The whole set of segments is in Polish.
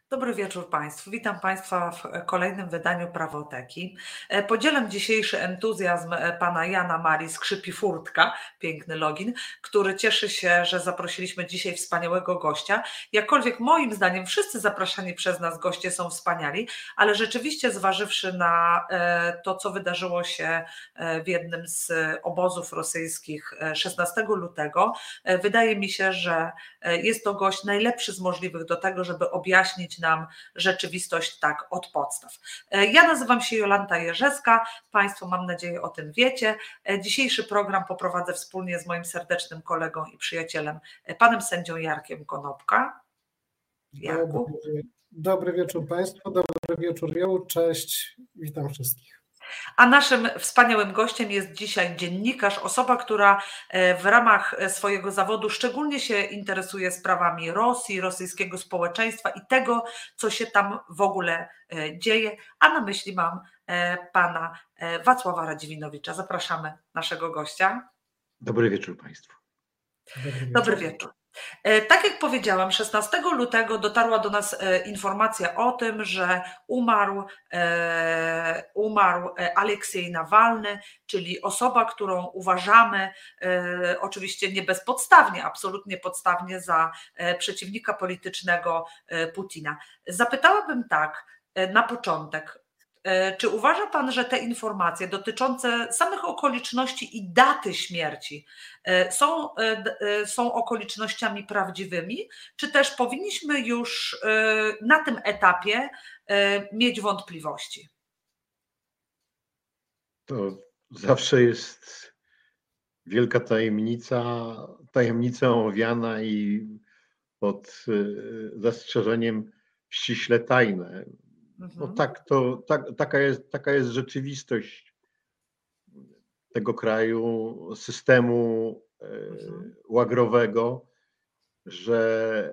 Dobry wieczór Państwu. Witam Państwa w kolejnym wydaniu Prawoteki. Podzielam dzisiejszy entuzjazm pana Jana Marii Skrzypi Furtka, piękny login, który cieszy się, że zaprosiliśmy dzisiaj wspaniałego gościa. Jakkolwiek moim zdaniem wszyscy zapraszani przez nas goście są wspaniali, ale rzeczywiście zważywszy na to, co wydarzyło się w jednym z obozów rosyjskich 16 lutego, wydaje mi się, że jest to gość najlepszy z możliwych do tego, żeby objaśnić nam rzeczywistość tak od podstaw. Ja nazywam się Jolanta Jerzewska, Państwo mam nadzieję o tym wiecie. Dzisiejszy program poprowadzę wspólnie z moim serdecznym kolegą i przyjacielem, panem sędzią Jarkiem Konopka. Jarku. Dobry wieczór Państwu, dobry wieczór Jolu, cześć, witam wszystkich. A naszym wspaniałym gościem jest dzisiaj dziennikarz, osoba, która w ramach swojego zawodu szczególnie się interesuje sprawami Rosji, rosyjskiego społeczeństwa i tego, co się tam w ogóle dzieje, a na myśli mam pana Wacława Radziwinowicza. Zapraszamy naszego gościa. Dobry wieczór Państwu. Dobry wieczór. Tak jak powiedziałam, 16 lutego dotarła do nas informacja o tym, że umarł Aleksiej Nawalny, czyli osoba, którą uważamy oczywiście nie bezpodstawnie, absolutnie podstawnie za przeciwnika politycznego Putina. Zapytałabym tak na początek. Czy uważa Pan, że te informacje dotyczące samych okoliczności i daty śmierci są okolicznościami prawdziwymi, czy też powinniśmy już na tym etapie mieć wątpliwości? To zawsze jest wielka tajemnica owiana i pod zastrzeżeniem ściśle tajne. No taka jest rzeczywistość tego kraju, systemu łagrowego, że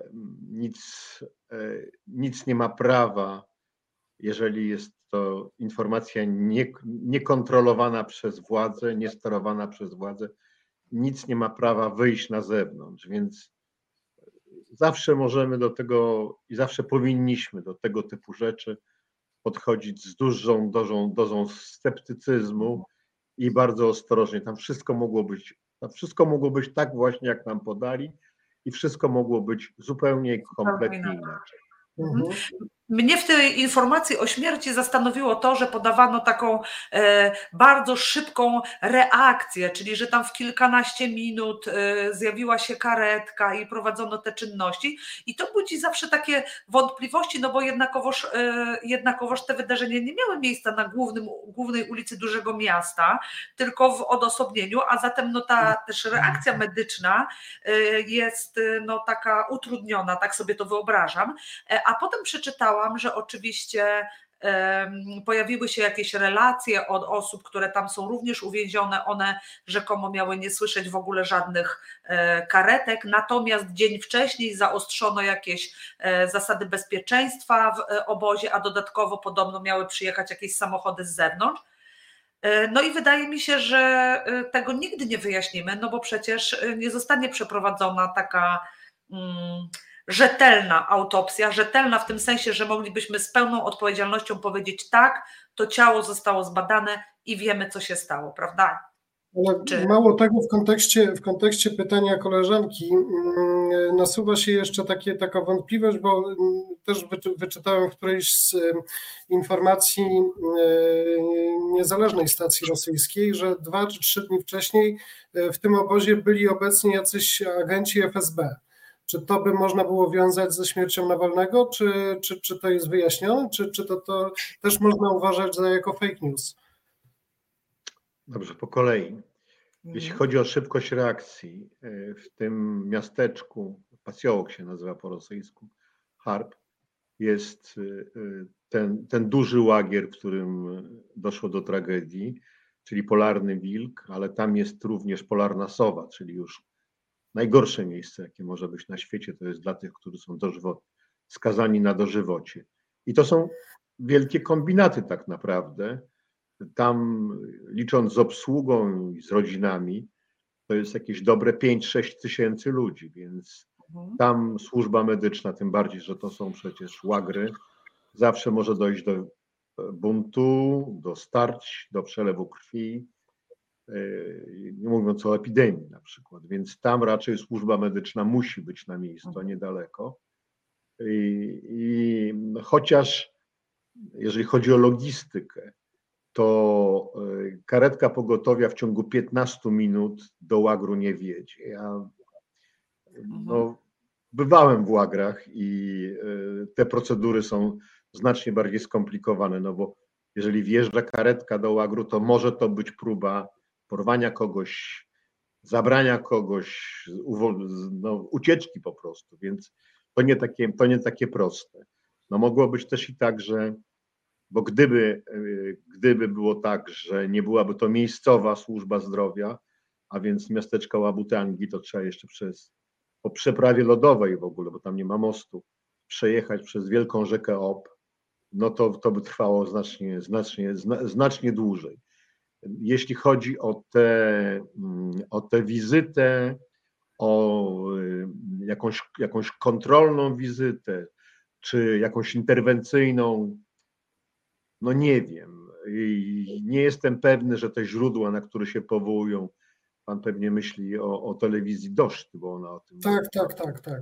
nic nie ma prawa, jeżeli jest to informacja niekontrolowana przez władzę, niesterowana przez władzę, nic nie ma prawa wyjść na zewnątrz, więc zawsze możemy do tego i zawsze powinniśmy do tego typu rzeczy podchodzić z dużą dozą sceptycyzmu i bardzo ostrożnie. Tam wszystko mogło być tak właśnie, jak nam podali i wszystko mogło być zupełnie i kompletnie inaczej. Mnie w tej informacji o śmierci zastanowiło to, że podawano taką bardzo szybką reakcję, czyli że tam w kilkanaście minut zjawiła się karetka i prowadzono te czynności i to budzi zawsze takie wątpliwości, no bo jednakowoż te wydarzenia nie miały miejsca na głównej ulicy dużego miasta, tylko w odosobnieniu, a zatem no ta też reakcja medyczna jest no taka utrudniona, tak sobie to wyobrażam, a potem przeczytałam, że oczywiście pojawiły się jakieś relacje od osób, które tam są również uwięzione, one rzekomo miały nie słyszeć w ogóle żadnych karetek, natomiast dzień wcześniej zaostrzono jakieś zasady bezpieczeństwa w obozie, a dodatkowo podobno miały przyjechać jakieś samochody z zewnątrz. No i wydaje mi się, że tego nigdy nie wyjaśnimy, no bo przecież nie zostanie przeprowadzona taka rzetelna autopsja, rzetelna w tym sensie, że moglibyśmy z pełną odpowiedzialnością powiedzieć tak, to ciało zostało zbadane i wiemy, co się stało, prawda? Ale mało tego, w kontekście pytania koleżanki nasuwa się jeszcze taka wątpliwość, bo też wyczytałem w którejś z informacji niezależnej stacji rosyjskiej, że 2 czy 3 dni wcześniej w tym obozie byli obecni jacyś agenci FSB. Czy to by można było wiązać ze śmiercią Nawalnego, czy to jest wyjaśnione, czy to też można uważać za jako fake news? Dobrze, po kolei. Jeśli chodzi o szybkość reakcji, w tym miasteczku, Pasiołok się nazywa po rosyjsku, Harb, jest ten duży łagier, w którym doszło do tragedii, czyli Polarny Wilk, ale tam jest również Polarna Sowa, czyli już najgorsze miejsce, jakie może być na świecie, to jest dla tych, którzy są skazani na dożywocie. I to są wielkie kombinaty tak naprawdę. Tam licząc z obsługą i z rodzinami, to jest jakieś dobre 5-6 tysięcy ludzi, więc Tam służba medyczna, tym bardziej, że to są przecież łagry, zawsze może dojść do buntu, do starć, do przelewu krwi, nie mówiąc o epidemii na przykład, więc tam raczej służba medyczna musi być na miejscu, a niedaleko. I chociaż jeżeli chodzi o logistykę, to karetka pogotowia w ciągu 15 minut do łagru nie wjedzie. Ja bywałem w łagrach i te procedury są znacznie bardziej skomplikowane, no bo jeżeli wjeżdża karetka do łagru, to może to być próba porwania kogoś, zabrania kogoś, ucieczki po prostu, więc to nie takie proste. No mogło być też i tak, że bo gdyby było tak, że nie byłaby to miejscowa służba zdrowia, a więc miasteczko Łabutangi, to trzeba jeszcze po przeprawie lodowej w ogóle, bo tam nie ma mostu, przejechać przez wielką rzekę Ob, no to by trwało znacznie dłużej. Jeśli chodzi o tę wizytę, o jakąś kontrolną wizytę, czy jakąś interwencyjną, no nie wiem. I nie jestem pewny, że te źródła, na które się powołują, pan pewnie myśli o telewizji Dość, bo ona o tym mówi. Tak.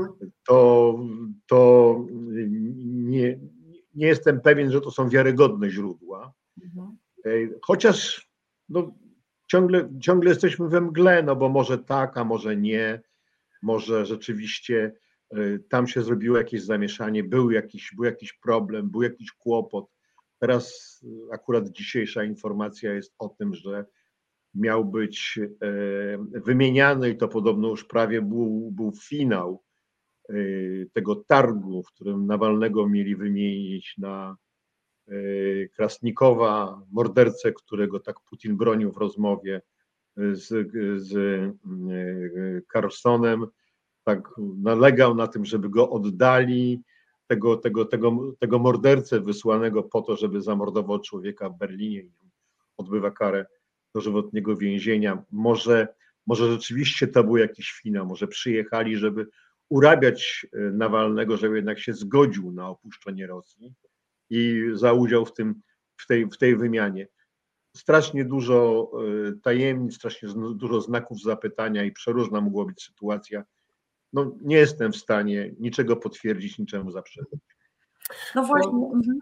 To nie jestem pewien, że to są wiarygodne źródła. Chociaż no, ciągle jesteśmy we mgle, no bo może tak, a może nie. Może rzeczywiście tam się zrobiło jakieś zamieszanie, był jakiś problem, był jakiś kłopot. Teraz akurat dzisiejsza informacja jest o tym, że miał być wymieniany i to podobno już prawie był finał tego targu, w którym Nawalnego mieli wymienić na Krasnikowa, mordercę, którego tak Putin bronił w rozmowie z Carlsonem, tak nalegał na tym, żeby go oddali, tego mordercę wysłanego po to, żeby zamordował człowieka w Berlinie i odbywa karę dożywotniego więzienia. Może rzeczywiście to był jakiś finał, może przyjechali, żeby urabiać Nawalnego, żeby jednak się zgodził na opuszczenie Rosji i za udział w tej wymianie. Strasznie dużo tajemnic, strasznie dużo znaków zapytania i przeróżna mogła być sytuacja. No, nie jestem w stanie niczego potwierdzić, niczemu zaprzeczyć. No właśnie.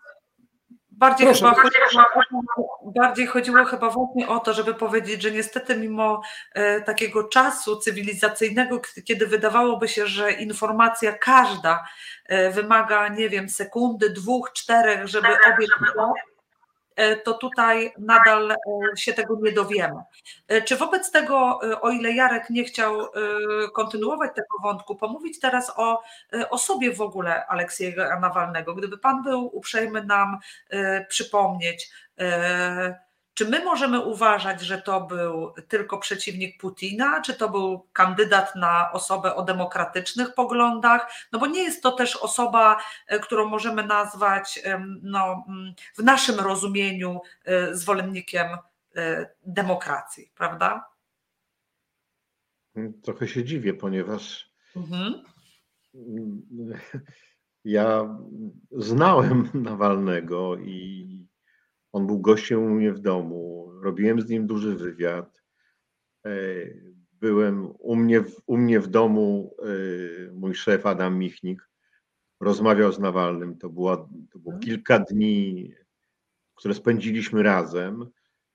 Bardziej chodziło chyba właśnie o to, żeby powiedzieć, że niestety mimo takiego czasu cywilizacyjnego, kiedy wydawałoby się, że informacja każda wymaga, nie wiem, sekundy, 2, 4, żeby obiec, to tutaj nadal się tego nie dowiemy. Czy wobec tego, o ile Jarek nie chciał kontynuować tego wątku, pomówić teraz o osobie w ogóle Aleksieja Nawalnego, gdyby pan był uprzejmy nam przypomnieć, czy my możemy uważać, że to był tylko przeciwnik Putina, czy to był kandydat na osobę o demokratycznych poglądach? No bo nie jest to też osoba, którą możemy nazwać w naszym rozumieniu zwolennikiem demokracji, prawda? Trochę się dziwię, ponieważ ja znałem Nawalnego i on był gościem u mnie w domu, robiłem z nim duży wywiad. Byłem u mnie w domu, mój szef Adam Michnik rozmawiał z Nawalnym. To było kilka dni, które spędziliśmy razem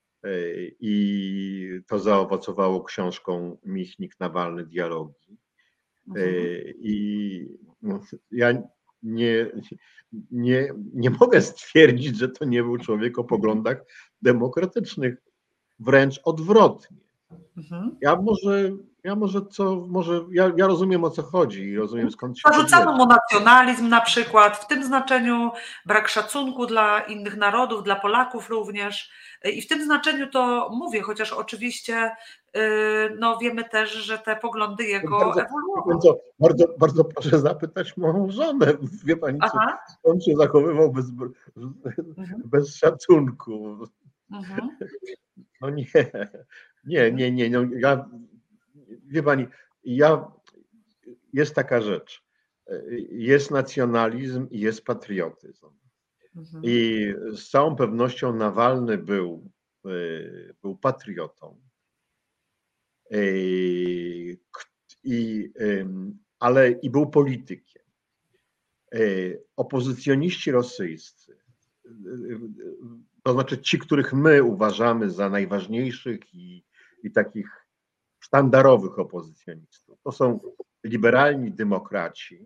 i to zaowocowało książką Michnik Nawalny Dialogi. I ja nie mogę stwierdzić, że to nie był człowiek o poglądach demokratycznych, wręcz odwrotnie. Ja rozumiem, o co chodzi i rozumiem, skąd się Zarzucano mu nacjonalizm na przykład, w tym znaczeniu brak szacunku dla innych narodów, dla Polaków również. I w tym znaczeniu to mówię, chociaż oczywiście wiemy też, że te poglądy jego ewoluowały. Bardzo proszę zapytać moją żonę. Wie pani, czy on się zachowywał bez szacunku? No nie. No, wie pani, jest taka rzecz. Jest nacjonalizm i jest patriotyzm. I z całą pewnością Nawalny był patriotą. Ale i był politykiem. Opozycjoniści rosyjscy, to znaczy ci, których my uważamy za najważniejszych i takich sztandarowych opozycjonistów, to są liberalni demokraci,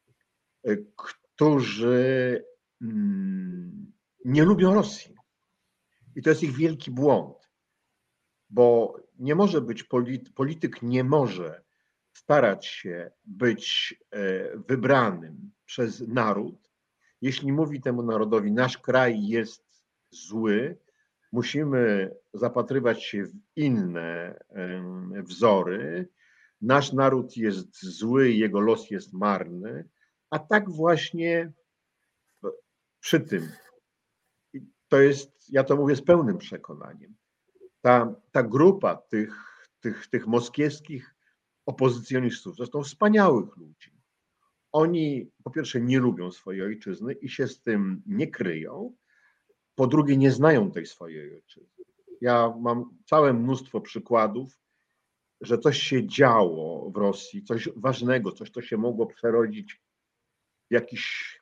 którzy nie lubią Rosji. I to jest ich wielki błąd, bo nie może być polityk nie może starać się być wybranym przez naród, jeśli mówi temu narodowi, nasz kraj jest zły, musimy zapatrywać się w inne wzory, nasz naród jest zły, jego los jest marny, a tak właśnie przy tym, to jest, ja to mówię z pełnym przekonaniem, ta grupa tych moskiewskich opozycjonistów, zresztą wspaniałych ludzi, oni po pierwsze nie lubią swojej ojczyzny i się z tym nie kryją, po drugie nie znają tej swojej ojczyzny. Ja mam całe mnóstwo przykładów, że coś się działo w Rosji, coś ważnego, coś, co się mogło przerodzić w jakiś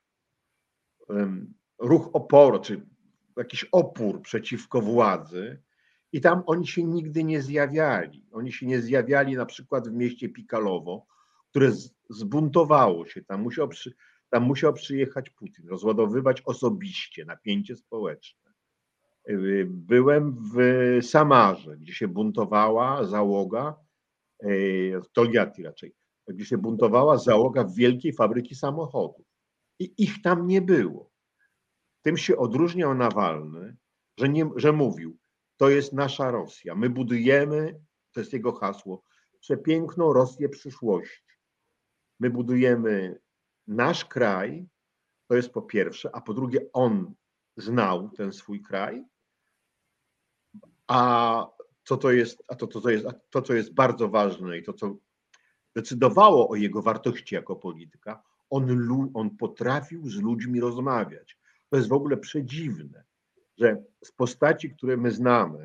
ruch oporu, czy jakiś opór przeciwko władzy i tam oni się nigdy nie zjawiali. Oni się nie zjawiali na przykład w mieście Pikalowo, które zbuntowało się, tam musiał przyjechać Putin, rozładowywać osobiście napięcie społeczne. Byłem w Samarze, gdzie się buntowała załoga, w Toliati raczej, gdzie się buntowała załoga wielkiej fabryki samochodów. I ich tam nie było. Tym się odróżniał Nawalny, że mówił, to jest nasza Rosja, my budujemy, to jest jego hasło, przepiękną Rosję przyszłości. My budujemy nasz kraj, to jest po pierwsze, a po drugie on znał ten swój kraj, a to, co jest bardzo ważne i to, co decydowało o jego wartości jako polityka, on potrafił z ludźmi rozmawiać. To jest w ogóle przedziwne, że z postaci, które my znamy,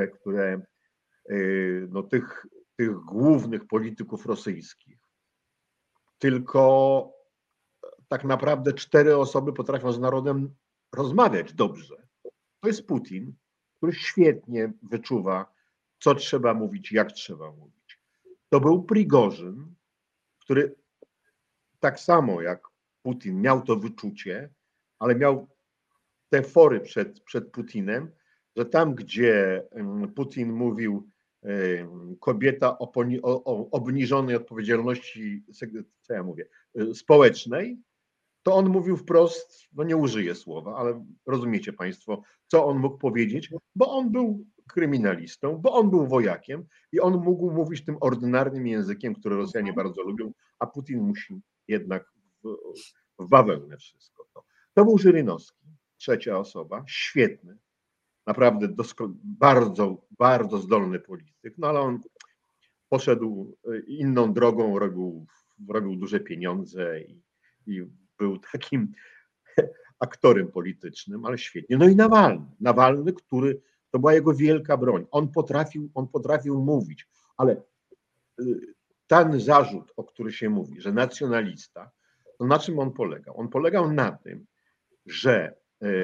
tych głównych polityków rosyjskich, tylko tak naprawdę 4 osoby potrafią z narodem rozmawiać dobrze. To jest Putin, który świetnie wyczuwa, co trzeba mówić, jak trzeba mówić. To był Prigorzyn, który tak samo jak Putin miał to wyczucie, ale miał te fory przed Putinem, że tam, gdzie Putin mówił kobieta o obniżonej odpowiedzialności, co ja mówię, społecznej, to on mówił wprost, no nie użyję słowa, ale rozumiecie Państwo, co on mógł powiedzieć, bo on był kryminalistą, bo on był wojakiem i on mógł mówić tym ordynarnym językiem, który Rosjanie bardzo lubią, a Putin musi jednak w bawełnę wszystko. To był Żyrynowski, 3. osoba, świetny, naprawdę bardzo, bardzo zdolny polityk, no ale on poszedł inną drogą, robił duże pieniądze i był takim aktorem politycznym, ale świetnie. No i Nawalny, który, to była jego wielka broń. On potrafił mówić, ale ten zarzut, o którym się mówi, że nacjonalista, to na czym on polegał? On polegał na tym, że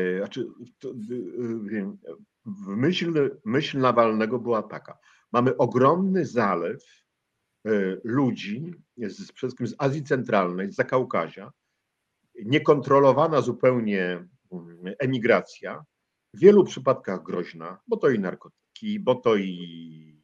myśl Nawalnego była taka. Mamy ogromny zalew ludzi, przede wszystkim z Azji Centralnej, z Zakaukazia, niekontrolowana zupełnie emigracja, w wielu przypadkach groźna, bo to i narkotyki, bo to i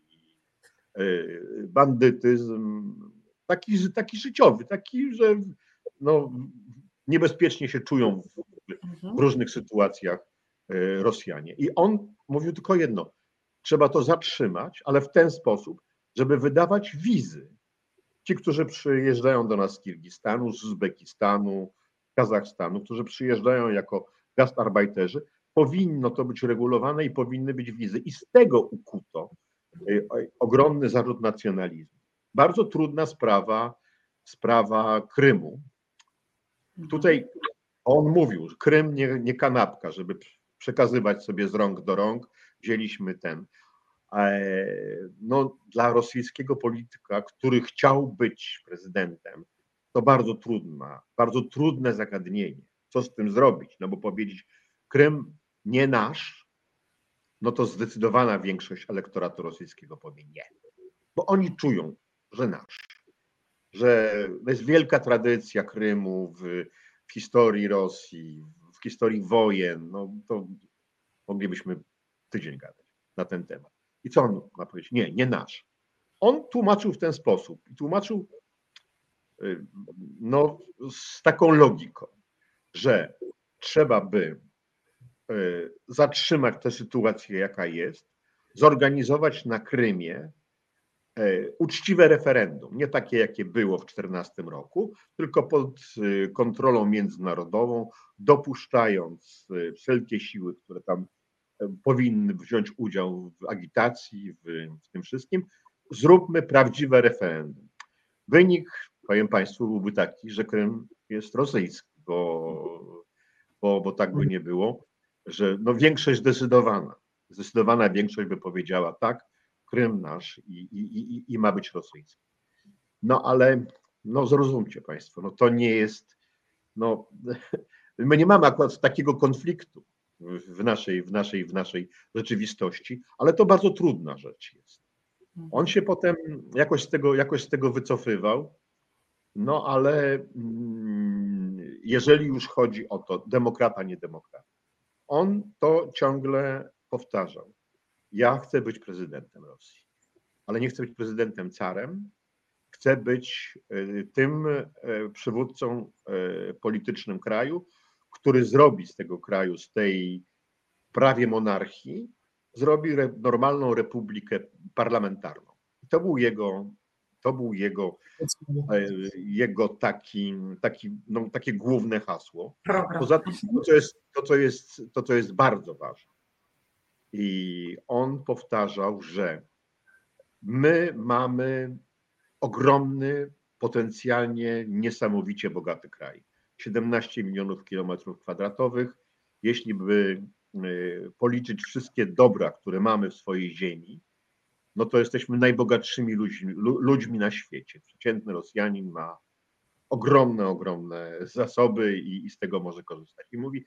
bandytyzm, taki życiowy, taki, że no, niebezpiecznie się czują w różnych sytuacjach Rosjanie. I on mówił tylko jedno, trzeba to zatrzymać, ale w ten sposób, żeby wydawać wizy. Ci, którzy przyjeżdżają do nas z Kirgistanu, z Uzbekistanu, Kazachstanu, którzy przyjeżdżają jako gastarbeiterzy, powinno to być regulowane i powinny być wizy. I z tego ukuto ogromny zarzut nacjonalizmu. Bardzo trudna sprawa sprawa Krymu. Tutaj on mówił, że Krym nie kanapka, żeby przekazywać sobie z rąk do rąk. Wzięliśmy ten. No, dla rosyjskiego polityka, który chciał być prezydentem, to bardzo trudne zagadnienie. Co z tym zrobić? No bo powiedzieć, Krym nie nasz, no to zdecydowana większość elektoratu rosyjskiego powie nie. Bo oni czują, że nasz. Że jest wielka tradycja Krymu w historii Rosji, w historii wojen. No to moglibyśmy tydzień gadać na ten temat. I co on ma powiedzieć? Nie nasz. On tłumaczył w ten sposób. I tłumaczył no, z taką logiką, że trzeba by zatrzymać tę sytuację, jaka jest, zorganizować na Krymie uczciwe referendum, nie takie, jakie było w 2014 roku, tylko pod kontrolą międzynarodową, dopuszczając wszelkie siły, które tam powinny wziąć udział w agitacji, w tym wszystkim. Zróbmy prawdziwe referendum. Wynik, powiem Państwu, byłby taki, że Krym jest rosyjski, bo tak by nie było, że no większość zdecydowana większość by powiedziała tak, Krym nasz i ma być rosyjski. No ale no zrozumcie Państwo, no to nie jest, no my nie mamy akurat takiego konfliktu w naszej rzeczywistości, ale to bardzo trudna rzecz jest. On się potem jakoś z tego wycofywał, no ale jeżeli już chodzi o to, demokrata, nie demokrata, on to ciągle powtarzał. Ja chcę być prezydentem Rosji, ale nie chcę być prezydentem carem, chcę być tym przywódcą politycznym kraju, który zrobi z tego kraju, z tej prawie monarchii, zrobi normalną republikę parlamentarną. To był jego takie główne hasło. Poza tym to, co jest bardzo ważne. I on powtarzał, że my mamy ogromny, potencjalnie niesamowicie bogaty kraj. 17 milionów kilometrów kwadratowych. Jeśli by policzyć wszystkie dobra, które mamy w swojej ziemi, no to jesteśmy najbogatszymi ludźmi na świecie. Przeciętny Rosjanin ma ogromne zasoby i z tego może korzystać. I mówił,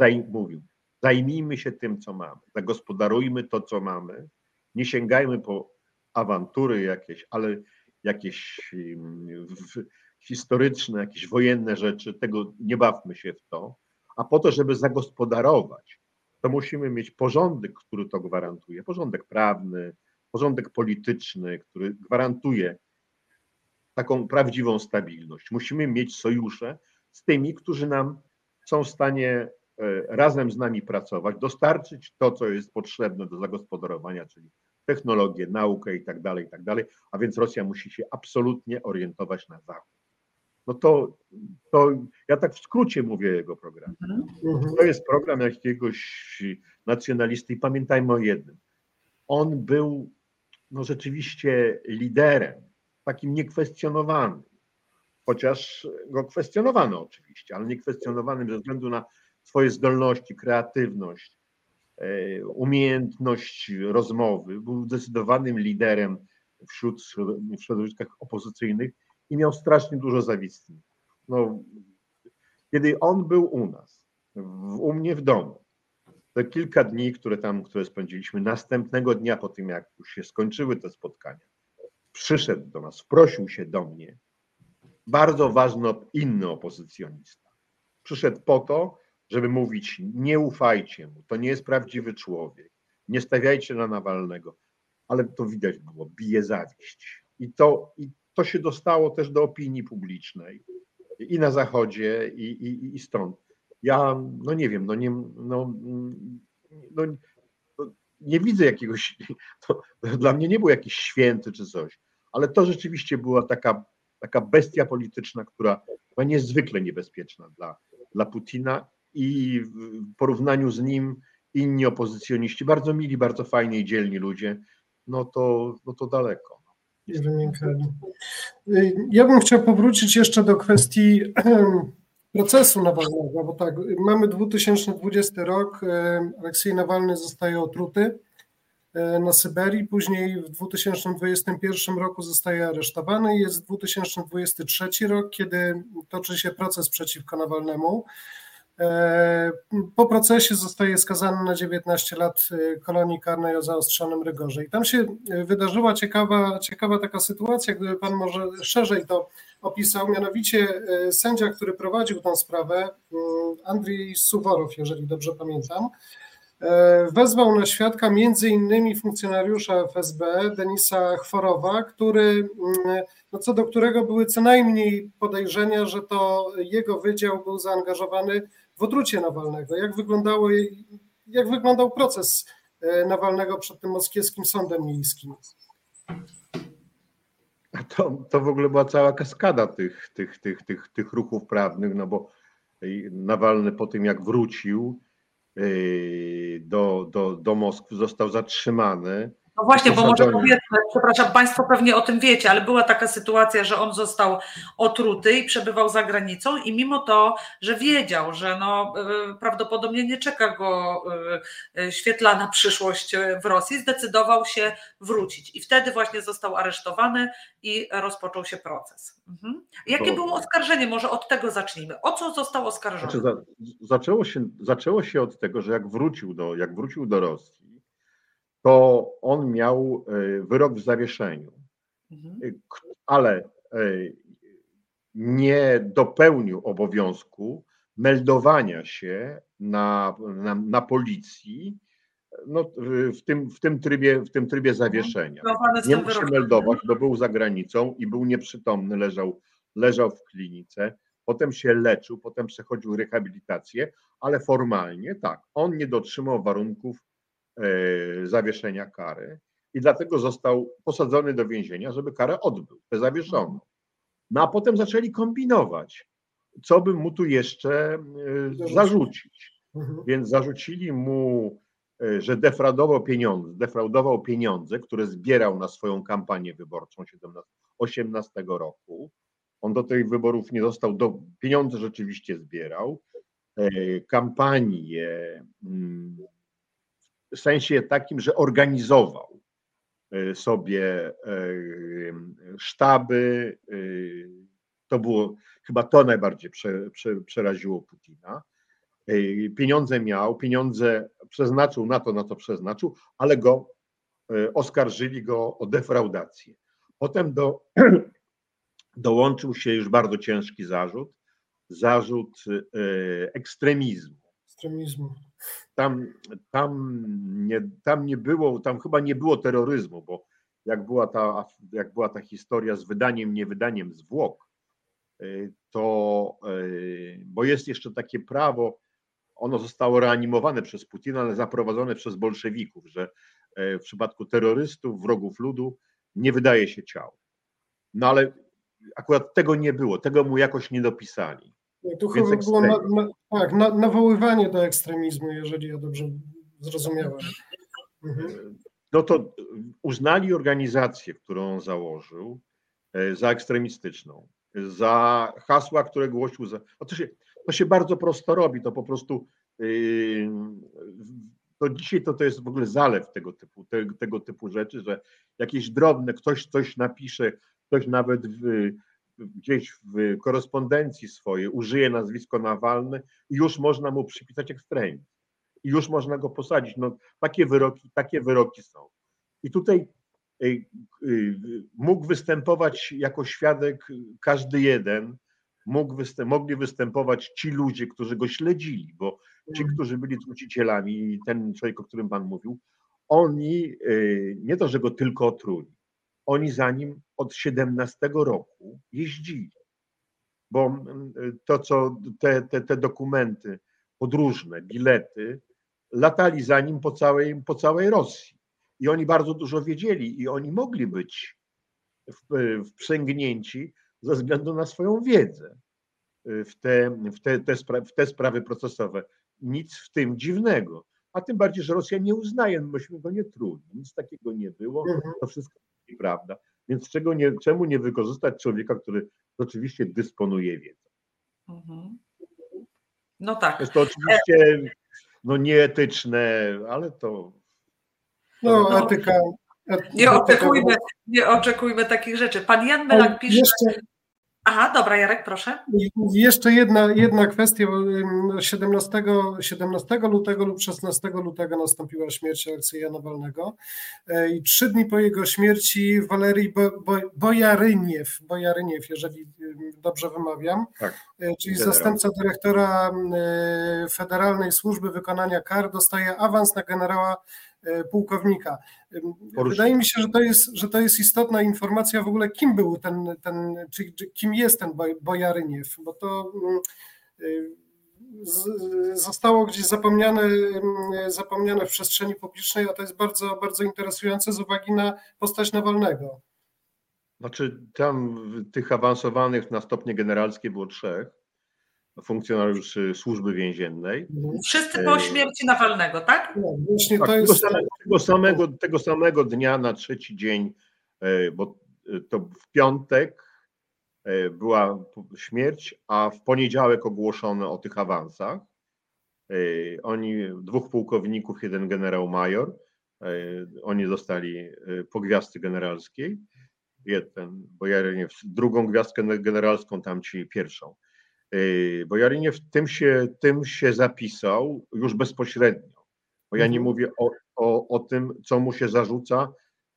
zajmijmy się tym, co mamy, zagospodarujmy to, co mamy, nie sięgajmy po awantury jakieś, ale jakieś historyczne, jakieś wojenne rzeczy, tego nie bawmy się w to, a po to, żeby zagospodarować, to musimy mieć porządek, który to gwarantuje, porządek prawny, porządek polityczny, który gwarantuje taką prawdziwą stabilność. Musimy mieć sojusze z tymi, którzy nam są w stanie razem z nami pracować, dostarczyć to, co jest potrzebne do zagospodarowania, czyli technologię, naukę i tak dalej, a więc Rosja musi się absolutnie orientować na Zachód. No to ja tak w skrócie mówię o jego programie. To jest program jakiegoś nacjonalisty i pamiętajmy o jednym. On był no rzeczywiście liderem, takim niekwestionowanym, chociaż go kwestionowano oczywiście, ale niekwestionowanym ze względu na swoje zdolności, kreatywność, umiejętność rozmowy. Był zdecydowanym liderem w środowiskach opozycyjnych i miał strasznie dużo zawistników. No, kiedy on był u nas, u mnie w domu, te kilka dni, które spędziliśmy, następnego dnia po tym, jak już się skończyły te spotkania, przyszedł do nas, prosił się do mnie, bardzo ważny inny opozycjonista. Przyszedł po to, żeby mówić, nie ufajcie mu, to nie jest prawdziwy człowiek, nie stawiajcie na Nawalnego, ale to widać było, bije zawiść. I to się dostało też do opinii publicznej i na Zachodzie, i stąd. Ja, no nie wiem, nie widzę jakiegoś, dla mnie nie był jakiś święty czy coś, ale to rzeczywiście była taka bestia polityczna, która była niezwykle niebezpieczna dla Putina i w porównaniu z nim inni opozycjoniści, bardzo mili, bardzo fajni i dzielni ludzie, no to daleko. wymiękali. Ja bym chciał powrócić jeszcze do kwestii procesu Nawalnego, bo tak, mamy 2020 rok, Aleksiej Nawalny zostaje otruty na Syberii, później w 2021 roku zostaje aresztowany, jest 2023 rok, kiedy toczy się proces przeciwko Nawalnemu. Po procesie zostaje skazany na 19 lat kolonii karnej o zaostrzonym rygorze. I tam się wydarzyła ciekawa taka sytuacja, gdyby pan może szerzej to opisał, mianowicie sędzia, który prowadził tę sprawę, Andrzej Suworow, jeżeli dobrze pamiętam, wezwał na świadka między innymi funkcjonariusza FSB, Denisa Chworowa, co do którego były co najmniej podejrzenia, że to jego wydział był zaangażowany w otrucie Nawalnego. Jak wyglądał proces Nawalnego przed tym moskiewskim sądem miejskim? To w ogóle była cała kaskada tych ruchów prawnych, no bo Nawalny po tym jak wrócił do Moskwy, został zatrzymany. No właśnie, bo może powiedzmy, przepraszam, Państwo pewnie o tym wiecie, ale była taka sytuacja, że on został otruty i przebywał za granicą i mimo to, że wiedział, że prawdopodobnie nie czeka go świetlana przyszłość w Rosji, zdecydował się wrócić i wtedy właśnie został aresztowany i rozpoczął się proces. Jakie było oskarżenie? Może od tego zacznijmy. O co został oskarżony? Zaczęło się od tego, że jak wrócił do Rosji, to on miał wyrok w zawieszeniu, ale nie dopełnił obowiązku meldowania się na policji w tym trybie zawieszenia. Nie mógł się meldować, bo był za granicą i był nieprzytomny, leżał w klinice, potem się leczył, potem przechodził rehabilitację, ale formalnie tak, on nie dotrzymał warunków zawieszenia kary i dlatego został posadzony do więzienia, żeby karę odbył, tę zawieszoną. No a potem zaczęli kombinować, co by mu tu jeszcze zarzucić. Więc zarzucili mu, że defraudował pieniądze, które zbierał na swoją kampanię wyborczą 2018 roku. On do tych wyborów nie dostał, pieniądze rzeczywiście zbierał. Kampanię w sensie takim, że organizował sobie sztaby. To było chyba to najbardziej przeraziło Putina. Pieniądze miał, pieniądze przeznaczył na to, na co przeznaczył, ale oskarżyli go o defraudację. Potem dołączył się już bardzo ciężki zarzut ekstremizmu. Tam chyba nie było terroryzmu, bo jak była ta historia z wydaniem, niewydaniem zwłok, bo jest jeszcze takie prawo, ono zostało reanimowane przez Putina, ale zaprowadzone przez bolszewików, że w przypadku terrorystów, wrogów ludu nie wydaje się ciał. No ale akurat tego nie było, tego mu jakoś nie dopisali. Tu chyba było nawoływanie do ekstremizmu, jeżeli ja dobrze zrozumiałem. No to uznali organizację, którą on założył, za ekstremistyczną, za hasła, które głosił. To się bardzo prosto robi, to po prostu to dzisiaj to jest w ogóle zalew tego typu rzeczy, że jakieś drobne, ktoś coś napisze, ktoś nawet gdzieś w korespondencji swojej użyje nazwisko Nawalny i już można mu przypisać ekstremizm. I już można go posadzić. No, takie wyroki są. I tutaj mógł występować jako świadek każdy jeden, mogli występować ci ludzie, którzy go śledzili, bo ci, którzy byli trucicielami i ten człowiek, o którym pan mówił, oni nie to, że go tylko otruli, oni za nim od 17 roku jeździli, bo to, co te dokumenty podróżne, bilety, latali za nim po całej Rosji i oni bardzo dużo wiedzieli i oni mogli być wprzęgnięci ze względu na swoją wiedzę w te sprawy procesowe. Nic w tym dziwnego, a tym bardziej, że Rosja nie uznaje, myśmy go nie truli, nic takiego nie było, to wszystko jest prawda. Więc czemu nie wykorzystać człowieka, który rzeczywiście dysponuje wiedzą? No tak. Jest to oczywiście nieetyczne, ale to... Etyka. Nie oczekujmy takich rzeczy. Pan Jan Mylak pisze... Aha, dobra, Jarek, proszę. Jeszcze jedna kwestia. 17 lutego lub 16 lutego nastąpiła śmierć Aleksieja Nawalnego i 3 dni po jego śmierci Walerii Bojaryniew, jeżeli dobrze wymawiam, tak, czyli zastępca dyrektora Federalnej Służby Wykonania Kar, dostaje awans na generała pułkownika. Wydaje mi się, że to jest istotna informacja w ogóle, kim był czy kim jest ten Bojaryniew, bo to zostało gdzieś zapomniane w przestrzeni publicznej, a to jest bardzo, bardzo interesujące z uwagi na postać Nawalnego. Znaczy tam tych awansowanych na stopnie generalskie było 3 funkcjonariuszy służby więziennej. Wszyscy po śmierci Nawalnego, tak? No, właśnie tak, to jest... tego samego dnia na 3. dzień, bo to w piątek była śmierć, a w poniedziałek ogłoszono o tych awansach. Oni, 2 pułkowników, 1 generał major, oni dostali pogwiazdy generalskiej, jeden Bojaryniew, 2 gwiazdkę generalską, tamci 1. Bojaryniew tym się zapisał już bezpośrednio, bo ja nie mówię o tym, co mu się zarzuca,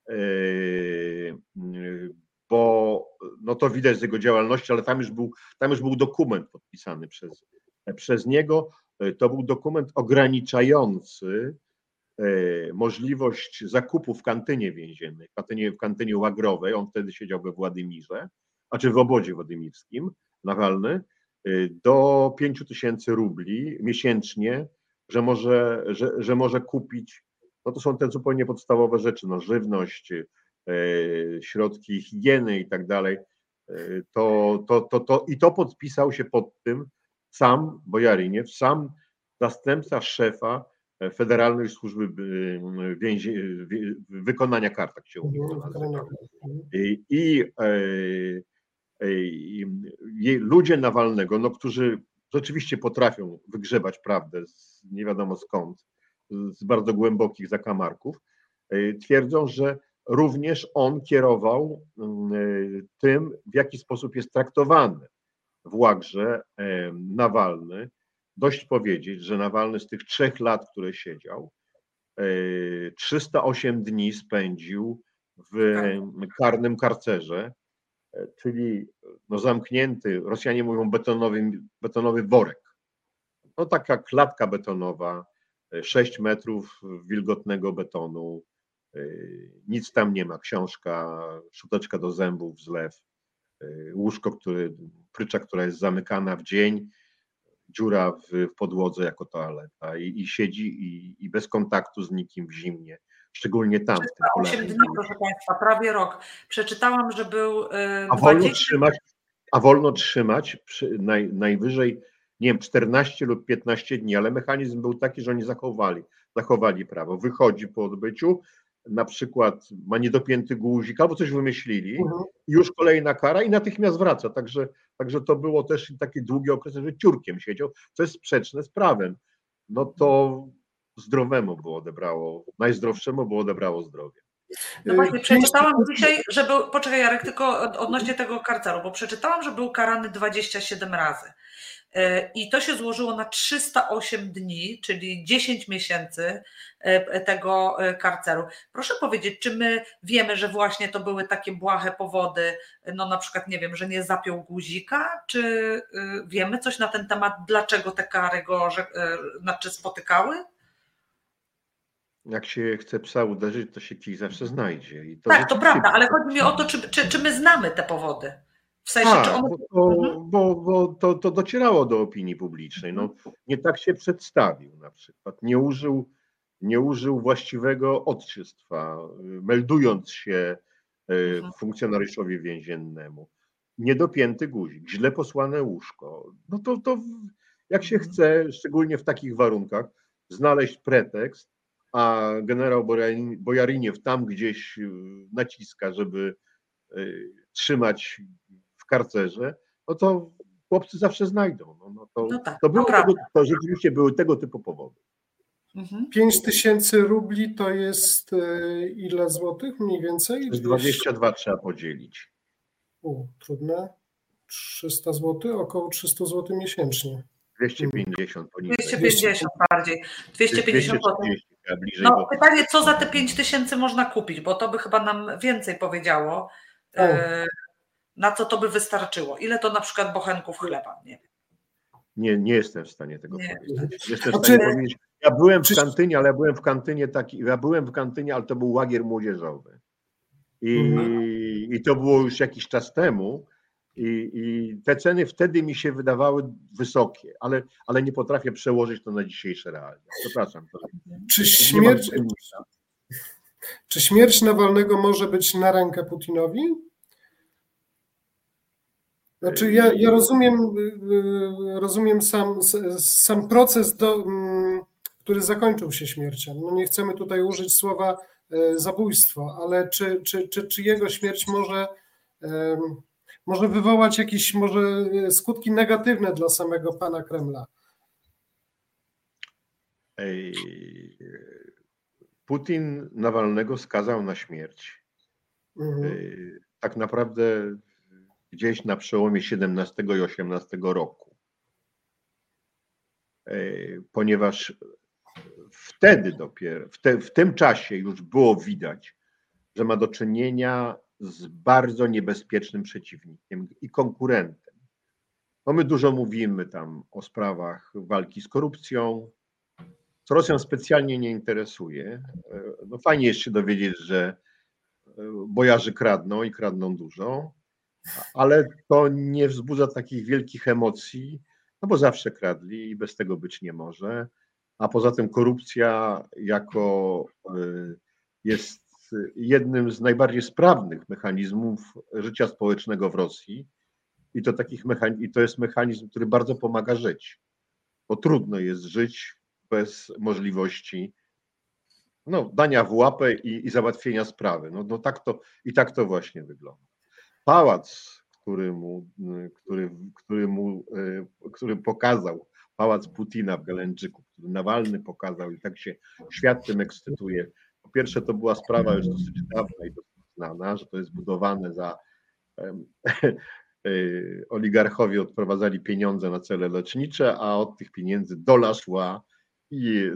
bo to widać z jego działalności, ale tam już był dokument podpisany przez niego. To był dokument ograniczający możliwość zakupu w kantynie więziennej, w kantynie łagrowej, on wtedy siedział we Władymirze, znaczy w obozie władimirskim, Nawalny, do 5000 rubli miesięcznie, że może kupić, to są te zupełnie podstawowe rzeczy, żywność, środki higieny i tak dalej. I to podpisał się pod tym sam Bojaryniew, sam zastępca szefa Federalnej Służby Wykonania Kar, tak się nazywa. I ludzie Nawalnego, którzy rzeczywiście potrafią wygrzebać prawdę z nie wiadomo skąd, z bardzo głębokich zakamarków, twierdzą, że również on kierował tym, w jaki sposób jest traktowany w łagrze Nawalny. Dość powiedzieć, że Nawalny z tych 3 lat, które siedział, 308 dni spędził w karnym karcerze, czyli zamknięty, Rosjanie mówią betonowy worek. Taka klatka betonowa, 6 metrów wilgotnego betonu, nic tam nie ma, książka, szczoteczka do zębów, zlew, łóżko, prycza, która jest zamykana w dzień, dziura w podłodze jako toaleta i siedzi i bez kontaktu z nikim w zimnie. Szczególnie tam. 8 dni, proszę Państwa, prawie rok. Przeczytałam, że był... A wolno trzymać najwyżej, nie wiem, 14 lub 15 dni, ale mechanizm był taki, że oni zachowali prawo. Wychodzi po odbyciu, na przykład ma niedopięty guzik albo coś wymyślili, już kolejna kara i natychmiast wraca. Także to było też taki długi okres, że ciurkiem siedział, co jest sprzeczne z prawem. To zdrowemu było odebrało, najzdrowszemu było odebrało zdrowie. No właśnie, przeczytałam dzisiaj, że był, poczekaj Jarek, tylko odnośnie tego karceru, bo przeczytałam, że był karany 27 razy. I to się złożyło na 308 dni, czyli 10 miesięcy tego karceru. Proszę powiedzieć, czy my wiemy, że właśnie to były takie błahe powody, na przykład, nie wiem, że nie zapiął guzika, czy wiemy coś na ten temat, dlaczego te kary go spotykały? Jak się chce psa uderzyć, to się kij zawsze znajdzie. I to tak, to prawda, ale chodzi mi o to, czy my znamy te powody. W sensie, czy one... bo to docierało do opinii publicznej. Nie tak się przedstawił na przykład. Nie użył właściwego odczyństwa, meldując się funkcjonariuszowi więziennemu. Niedopięty guzik, źle posłane łóżko. To jak się chce, szczególnie w takich warunkach, znaleźć pretekst, a generał Bojaryniew tam gdzieś naciska, żeby trzymać w karcerze, no to chłopcy zawsze znajdą. Tak, To rzeczywiście były tego typu powody. 5000 rubli to jest ile złotych mniej więcej? 22 trzeba podzielić. Trudne. 300 zł, około 300 zł miesięcznie. 250 poniżej. 250 bardziej. 250 zł. Bliżej No, pytanie, co za te 5000 można kupić, bo to by chyba nam więcej powiedziało. Na co to by wystarczyło? Ile to na przykład bochenków chleba? Nie jestem w stanie tego powiedzieć. Jestem w stanie stanie powiedzieć. Ja byłem w kantynie, ale byłem w kantynie, ale to był łagier młodzieżowy. I to było już jakiś czas temu. I te ceny wtedy mi się wydawały wysokie, ale nie potrafię przełożyć to na dzisiejsze realia. Przepraszam. Czy śmierć Nawalnego może być na rękę Putinowi? Znaczy ja rozumiem sam proces, który zakończył się śmiercią. No nie chcemy tutaj użyć słowa zabójstwo, ale czy jego śmierć może wywołać jakieś skutki negatywne dla samego pana Kremla? Putin Nawalnego skazał na śmierć. Tak naprawdę gdzieś na przełomie 17 i 18 roku. Ponieważ wtedy dopiero, w tym czasie już było widać, że ma do czynienia z bardzo niebezpiecznym przeciwnikiem i konkurentem. No my dużo mówimy tam o sprawach walki z korupcją, co Rosjan specjalnie nie interesuje. No fajnie jest się dowiedzieć, że bojarzy kradną i kradną dużo, ale to nie wzbudza takich wielkich emocji, no bo zawsze kradli i bez tego być nie może. A poza tym korupcja jest jednym z najbardziej sprawnych mechanizmów życia społecznego w Rosji i to jest mechanizm, który bardzo pomaga żyć, bo trudno jest żyć bez możliwości dania w łapę i załatwienia sprawy. Tak to właśnie wygląda. Pałac, który pokazał, pałac Putina w Gelendżyku, który Nawalny pokazał i tak się świat tym ekscytuje. Po pierwsze, to była sprawa już dosyć dawna i dosyć znana, że to jest budowane za oligarchowie odprowadzali pieniądze na cele lecznicze, a od tych pieniędzy dola szła i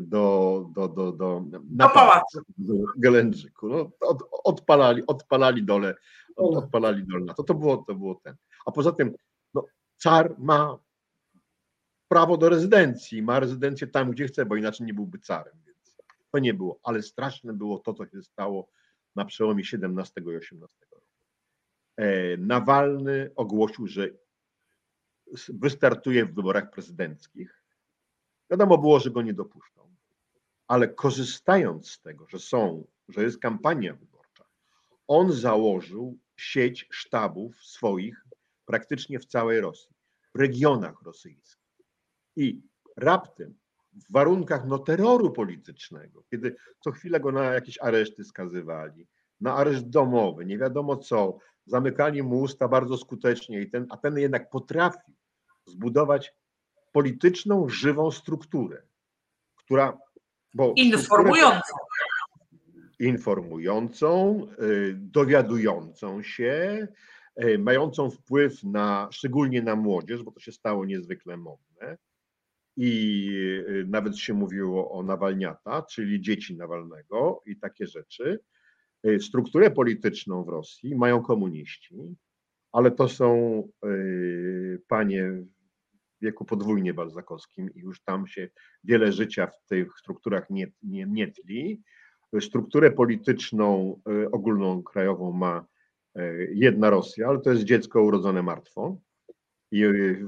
na pałacu do Gelendżyku. No, odpalali dole na to. To było ten. A poza tym car ma prawo do rezydencji, ma rezydencję tam, gdzie chce, bo inaczej nie byłby carem. Więc to nie było, ale straszne było to, co się stało na przełomie 17 i 18 roku. Nawalny ogłosił, że wystartuje w wyborach prezydenckich. Wiadomo było, że go nie dopuszczą, ale korzystając z tego, że jest kampania wyborcza, on założył sieć sztabów swoich praktycznie w całej Rosji, w regionach rosyjskich. I raptem w warunkach terroru politycznego, kiedy co chwilę go na jakieś areszty skazywali, na areszt domowy, nie wiadomo co, zamykali mu usta bardzo skutecznie, a ten jednak potrafił zbudować polityczną, żywą strukturę, która... Informującą, dowiadującą się, mającą wpływ szczególnie na młodzież, bo to się stało niezwykle modne i nawet się mówiło o Nawalniata, czyli dzieci Nawalnego i takie rzeczy. Strukturę polityczną w Rosji mają komuniści, ale to są panie w wieku podwójnie balzakowskim i już tam się wiele życia w tych strukturach nie tli. Strukturę polityczną ogólną krajową ma jedna Rosja, ale to jest dziecko urodzone martwo. I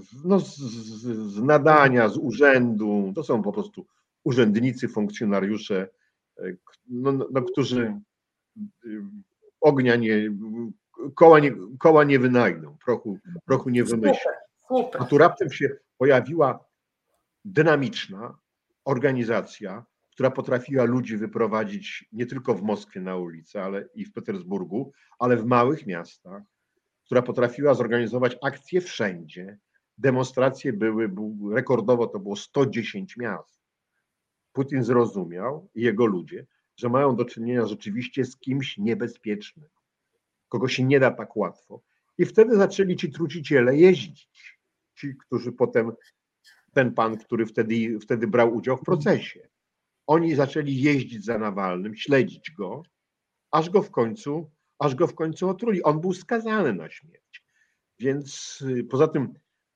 z nadania, z urzędu, to są po prostu urzędnicy, funkcjonariusze, którzy koła nie wynajdą, prochu nie wymyślą. A tu raptem się pojawiła dynamiczna organizacja, która potrafiła ludzi wyprowadzić nie tylko w Moskwie na ulicę, ale i w Petersburgu, ale w małych miastach, która potrafiła zorganizować akcje wszędzie. Demonstracje były rekordowo, to było 110 miast. Putin zrozumiał i jego ludzie, że mają do czynienia rzeczywiście z kimś niebezpiecznym, kogo się nie da tak łatwo. I wtedy zaczęli ci truciciele jeździć. Ci, którzy potem, ten pan, który wtedy brał udział w procesie. Oni zaczęli jeździć za Nawalnym, śledzić go, aż go w końcu otruli. On był skazany na śmierć. Więc poza tym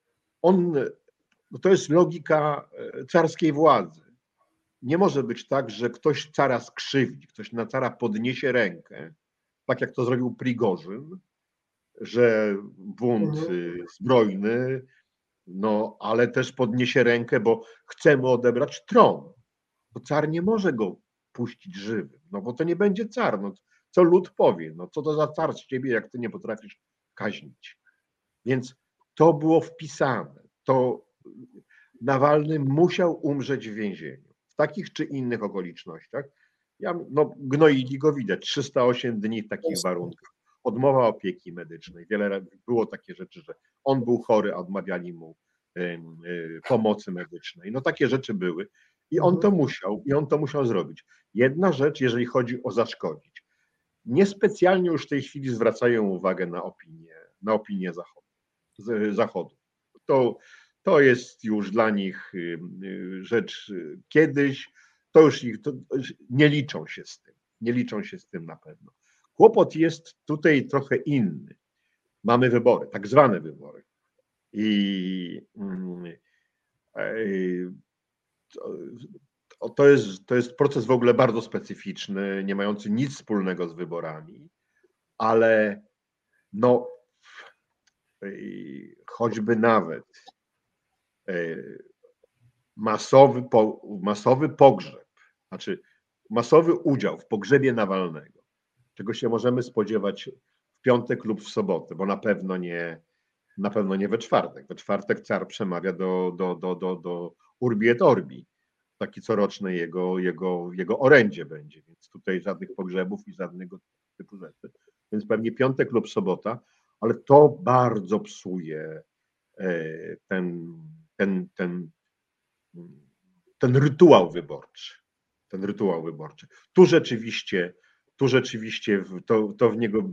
to jest logika carskiej władzy. Nie może być tak, że ktoś cara skrzywdzi, ktoś na cara podniesie rękę, tak jak to zrobił Prigorzyn, że bunt zbrojny, no ale też podniesie rękę, bo chce mu odebrać tron. To car nie może go puścić żywym, no bo to nie będzie car. No, co lud powie, no co to za car z ciebie, jak ty nie potrafisz kaźnić. Więc to było wpisane. To Nawalny musiał umrzeć w więzieniu. W takich czy innych okolicznościach. Gnoili go widać. 308 dni w takich warunkach. Odmowa opieki medycznej. Było takie rzeczy, że on był chory, a odmawiali mu pomocy medycznej. No takie rzeczy były. I on to musiał zrobić. Jedna rzecz, jeżeli chodzi o zaszkodzić. Niespecjalnie już w tej chwili zwracają uwagę na opinię Zachodu. To jest już dla nich rzecz kiedyś, to już nie liczą się z tym. Nie liczą się z tym na pewno. Kłopot jest tutaj trochę inny. Mamy wybory, tak zwane wybory. I to jest proces w ogóle bardzo specyficzny, nie mający nic wspólnego z wyborami, ale no choćby nawet masowy pogrzeb, znaczy masowy udział w pogrzebie Nawalnego, czego się możemy spodziewać w piątek lub w sobotę, bo na pewno nie we czwartek. We czwartek car przemawia do Urbi et Orbi. Taki coroczny jego orędzie będzie, więc tutaj żadnych pogrzebów i żadnego typu rzeczy. Więc pewnie piątek lub sobota, ale to bardzo psuje ten rytuał wyborczy. Tu rzeczywiście to w niego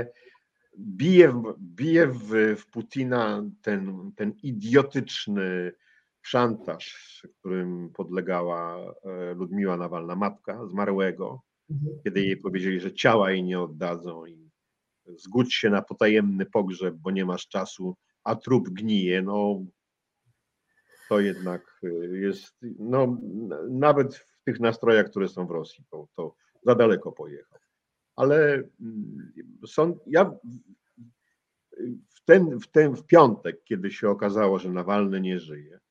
bije w Putina ten idiotyczny szantaż, którym podlegała Ludmiła Nawalna, matka zmarłego, kiedy jej powiedzieli, że ciała jej nie oddadzą i zgódź się na potajemny pogrzeb, bo nie masz czasu, a trup gnije. No to jednak jest, no nawet w tych nastrojach, które są w Rosji, to za daleko pojechał. Ale w piątek, kiedy się okazało, że Nawalny nie żyje,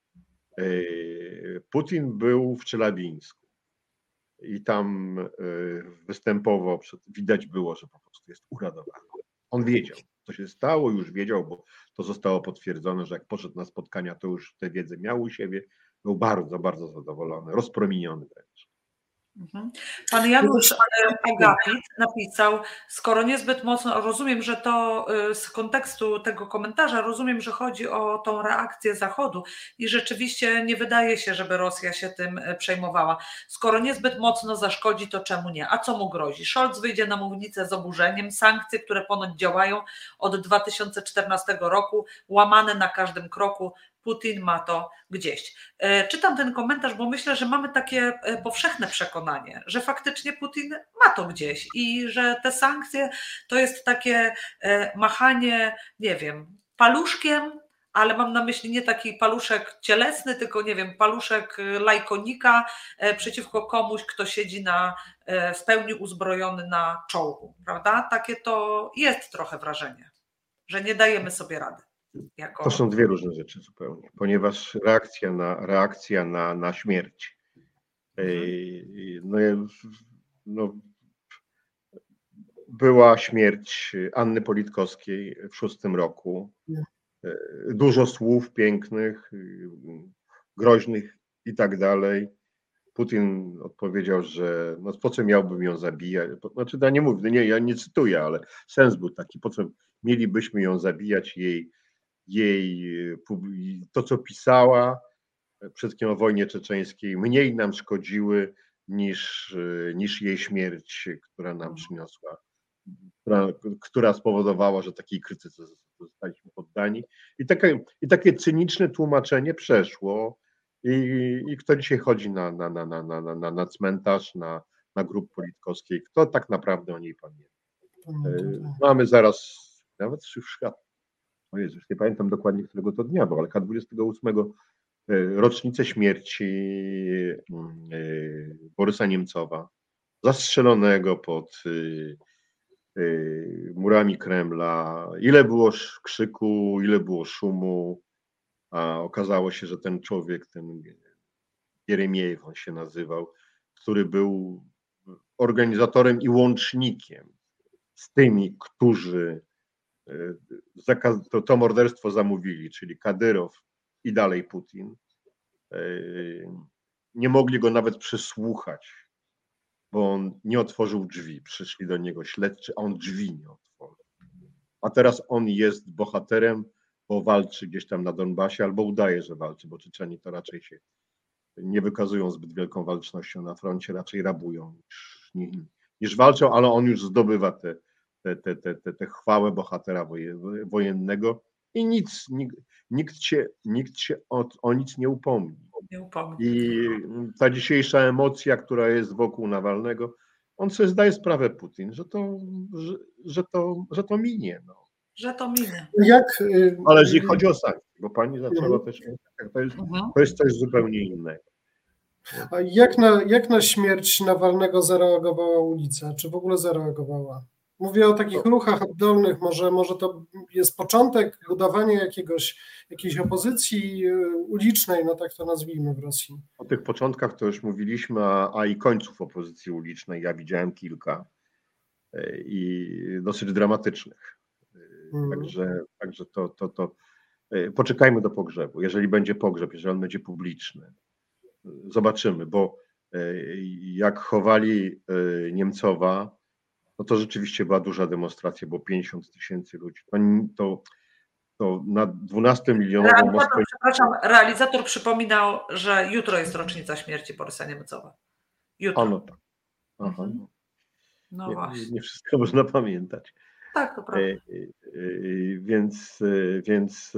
Putin był w Czelabińsku i tam występował, widać było, że po prostu jest uradowany. On wiedział, co się stało, już wiedział, bo to zostało potwierdzone, że jak poszedł na spotkania, to już tę wiedzę miał u siebie. Był bardzo, bardzo zadowolony, rozpromieniony wręcz. Pan Janusz Agapit napisał, skoro niezbyt mocno, rozumiem, że to z kontekstu tego komentarza, rozumiem, że chodzi o tą reakcję Zachodu i rzeczywiście nie wydaje się, żeby Rosja się tym przejmowała. Skoro niezbyt mocno zaszkodzi, to czemu nie? A co mu grozi? Scholz wyjdzie na mównicę z oburzeniem, sankcje, które ponoć działają od 2014 roku, łamane na każdym kroku, Putin ma to gdzieś. Czytam ten komentarz, bo myślę, że mamy takie powszechne przekonanie, że faktycznie Putin ma to gdzieś i że te sankcje to jest takie machanie, nie wiem, paluszkiem, ale mam na myśli nie taki paluszek cielesny, tylko nie wiem, paluszek lajkonika przeciwko komuś, kto siedzi w pełni uzbrojony na czołgu, prawda? Takie to jest trochę wrażenie, że nie dajemy sobie rady. To są dwie różne rzeczy zupełnie, ponieważ reakcja na śmierć. Była śmierć Anny Politkowskiej w 6 roku. Dużo słów pięknych, groźnych i tak dalej. Putin odpowiedział, że no po co miałbym ją zabijać? Znaczy, ja nie mówię, nie, ja nie cytuję, ale sens był taki, po co mielibyśmy ją zabijać, to, co pisała przed chwilą o wojnie czeczeńskiej, mniej nam szkodziły niż jej śmierć, która nam przyniosła, która spowodowała, że takiej krytyce zostaliśmy poddani. I takie cyniczne tłumaczenie przeszło. I kto dzisiaj chodzi na cmentarz, na grób Politkowskiej, kto tak naprawdę o niej pamięta? Mamy zaraz, nawet w świat. O Jezu, nie pamiętam dokładnie, którego to dnia było, ale 28 rocznicę śmierci Borysa Niemcowa, zastrzelonego pod murami Kremla. Ile było krzyku, ile było szumu, a okazało się, że ten człowiek, ten Jeremiejew on się nazywał, który był organizatorem i łącznikiem z tymi, którzy to morderstwo zamówili, czyli Kadyrow i dalej Putin. Nie mogli go nawet przesłuchać, bo on nie otworzył drzwi. Przyszli do niego śledczy, a on drzwi nie otworzył. A teraz on jest bohaterem, bo walczy gdzieś tam na Donbasie, albo udaje, że walczy, bo Czeczeni to raczej się nie wykazują zbyt wielką walcznością na froncie, raczej rabują niż walczą, ale on już zdobywa tę chwałę bohatera wojennego i nikt się o nic nie upomni. I ta dzisiejsza emocja, która jest wokół Nawalnego, on sobie zdaje sprawę, Putin, że to minie. No. Że to minie. Ale jeżeli chodzi o sankcje, bo pani zaczęła też, to jest coś zupełnie innego. A jak na śmierć Nawalnego zareagowała ulica? Czy w ogóle zareagowała? Mówię o takich ruchach oddolnych, może to jest początek budowania jakiejś opozycji ulicznej, no tak to nazwijmy w Rosji. O tych początkach to już mówiliśmy, a i końców opozycji ulicznej ja widziałem kilka i dosyć dramatycznych. Także to poczekajmy do pogrzebu. Jeżeli będzie pogrzeb, jeżeli on będzie publiczny, zobaczymy, bo jak chowali Niemcowa, no to rzeczywiście była duża demonstracja, bo 50 000 ludzi. To na 12-milionową Moskwę. Przepraszam, realizator przypominał, że jutro jest rocznica śmierci Borysa Niemcowa. Jutro. No tak. Aha. No właśnie. Nie wszystko można pamiętać. Tak, to prawda. Więc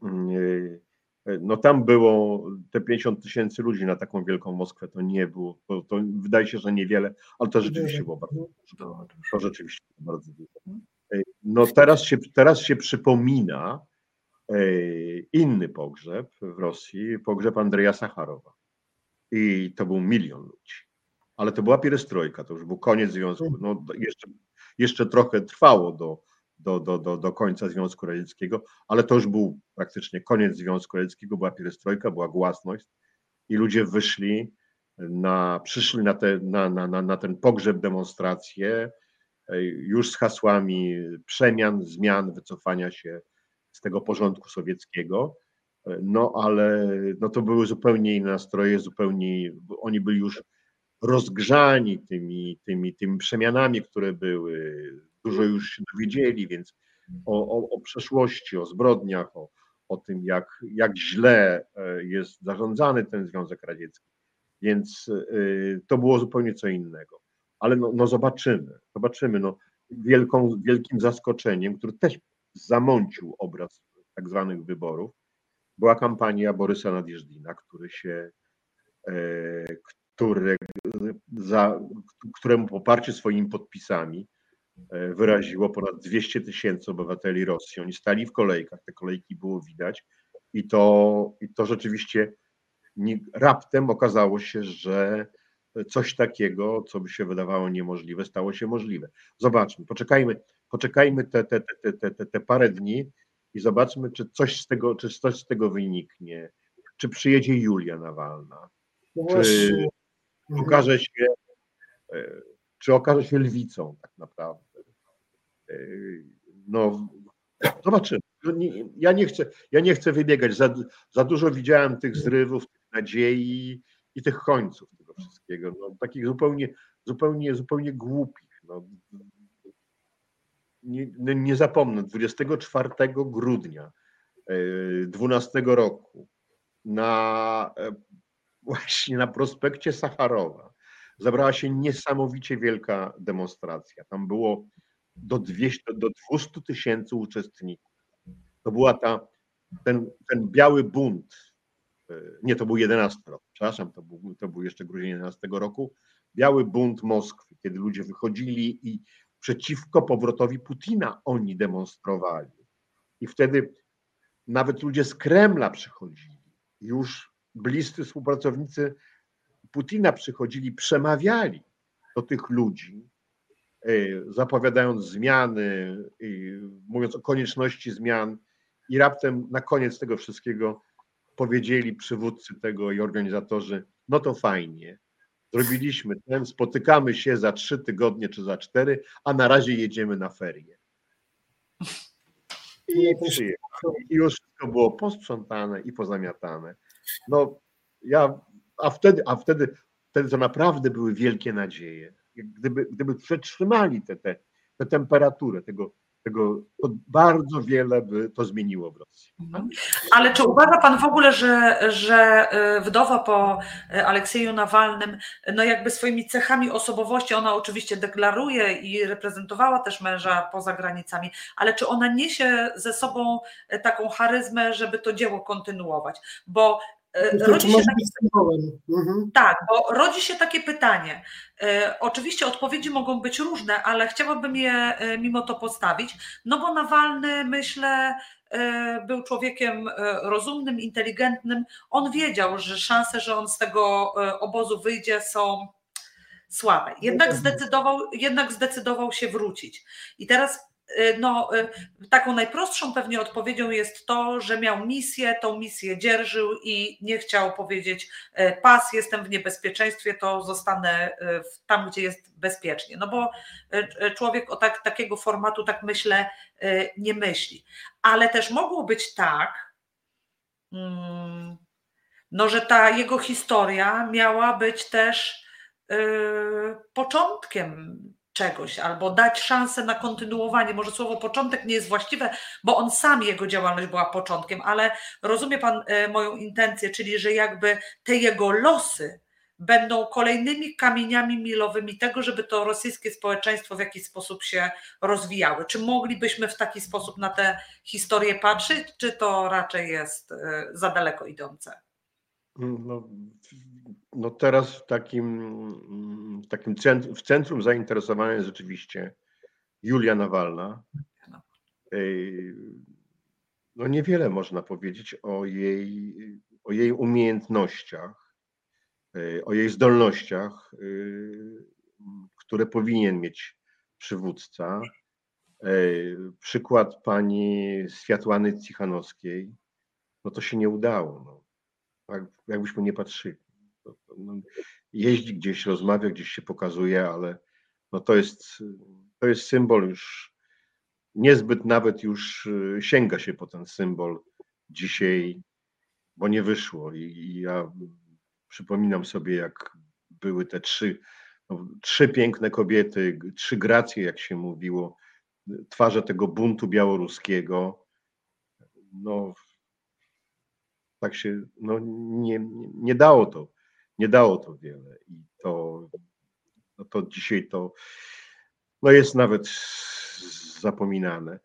no tam było te 50 000 ludzi na taką wielką Moskwę, to nie było, to wydaje się, że niewiele, ale to rzeczywiście było bardzo dużo. To rzeczywiście było bardzo dużo. No teraz się przypomina inny pogrzeb w Rosji, pogrzeb Andrzeja Sacharowa. I to był 1 milion ludzi. Ale to była pierestrojka, to już był koniec związku. No, jeszcze trochę trwało do końca Związku Radzieckiego, ale to już był praktycznie koniec Związku Radzieckiego, była pierestrojka, była głasność i ludzie przyszli na ten pogrzeb, demonstrację już z hasłami przemian, zmian, wycofania się z tego porządku sowieckiego. No ale no, to były zupełnie inne nastroje, oni byli już rozgrzani tymi przemianami, które były, dużo już się dowiedzieli, więc o przeszłości, o zbrodniach, o tym, jak źle jest zarządzany ten Związek Radziecki. Więc to było zupełnie co innego. Ale no zobaczymy. No, wielkim zaskoczeniem, który też zamącił obraz tak zwanych wyborów, była kampania Borysa Nadjeżdina, któremu poparcie swoimi podpisami wyraziło ponad 200 000 obywateli Rosji. Oni stali w kolejkach, te kolejki było widać i to rzeczywiście raptem okazało się, że coś takiego, co by się wydawało niemożliwe, stało się możliwe. Zobaczmy, poczekajmy te parę dni i zobaczmy, czy coś z tego wyniknie, czy przyjedzie Julia Nawalna, czy okaże się lwicą tak naprawdę. No, zobaczymy. Ja nie chcę wybiegać. Za dużo widziałem tych zrywów, tych nadziei i tych końców tego wszystkiego, no, takich zupełnie głupich. No. Nie zapomnę, 24 grudnia 2012 roku właśnie na prospekcie Sacharowa zabrała się niesamowicie wielka demonstracja. Tam było do 200 tysięcy uczestników. To była ten biały bunt. Nie, to był 11 rok, przepraszam, to był jeszcze grudzień 11 roku. Biały bunt Moskwy, kiedy ludzie wychodzili i przeciwko powrotowi Putina oni demonstrowali. I wtedy nawet ludzie z Kremla przychodzili. Już bliscy współpracownicy Putina przychodzili, przemawiali do tych ludzi, zapowiadając zmiany, mówiąc o konieczności zmian. I raptem na koniec tego wszystkiego powiedzieli przywódcy tego i organizatorzy, no to fajnie, zrobiliśmy spotykamy się za 3 tygodnie czy za 4, a na razie jedziemy na ferie. I przyjechali. I już wszystko było posprzątane i pozamiatane. No, a wtedy to naprawdę były wielkie nadzieje. Gdyby przetrzymali tę temperaturę to bardzo wiele by to zmieniło w Rosji. Ale czy uważa pan w ogóle, że wdowa po Aleksieju Nawalnym, no jakby swoimi cechami osobowości, ona oczywiście deklaruje i reprezentowała też męża poza granicami, ale czy ona niesie ze sobą taką charyzmę, żeby to dzieło kontynuować? Bo rodzi się tak, bo rodzi się takie pytanie. Oczywiście odpowiedzi mogą być różne, ale chciałabym je mimo to postawić, no bo Nawalny, myślę, był człowiekiem rozumnym, inteligentnym. On wiedział, że szanse, że on z tego obozu wyjdzie, są słabe. Jednak zdecydował się wrócić. I teraz no, taką najprostszą pewnie odpowiedzią jest to, że miał misję, tą misję dzierżył i nie chciał powiedzieć pas, jestem w niebezpieczeństwie, to zostanę tam, gdzie jest bezpiecznie. No bo człowiek o takiego formatu, tak myślę, nie myśli. Ale też mogło być tak, no, że ta jego historia miała być też początkiem czegoś, albo dać szansę na kontynuowanie. Może słowo początek nie jest właściwe, bo on sam, jego działalność była początkiem, ale rozumie pan moją intencję, czyli że jakby te jego losy będą kolejnymi kamieniami milowymi tego, żeby to rosyjskie społeczeństwo w jakiś sposób się rozwijało. Czy moglibyśmy w taki sposób na tę historię patrzeć, czy to raczej jest za daleko idące? No teraz w centrum zainteresowania jest rzeczywiście Julia Nawalna. No niewiele można powiedzieć o jej umiejętnościach, o jej zdolnościach, które powinien mieć przywódca. Przykład pani Światłany Cichanowskiej, no to się nie udało. No. Jakbyśmy nie patrzyli. Jeździ gdzieś, rozmawia, gdzieś się pokazuje, ale no to jest symbol już niezbyt nawet już sięga się po ten symbol dzisiaj, bo nie wyszło. I ja przypominam sobie, jak były te trzy piękne kobiety, 3 gracje, jak się mówiło, twarze tego buntu białoruskiego. No tak się nie dało to wiele i to dzisiaj to jest nawet zapominane.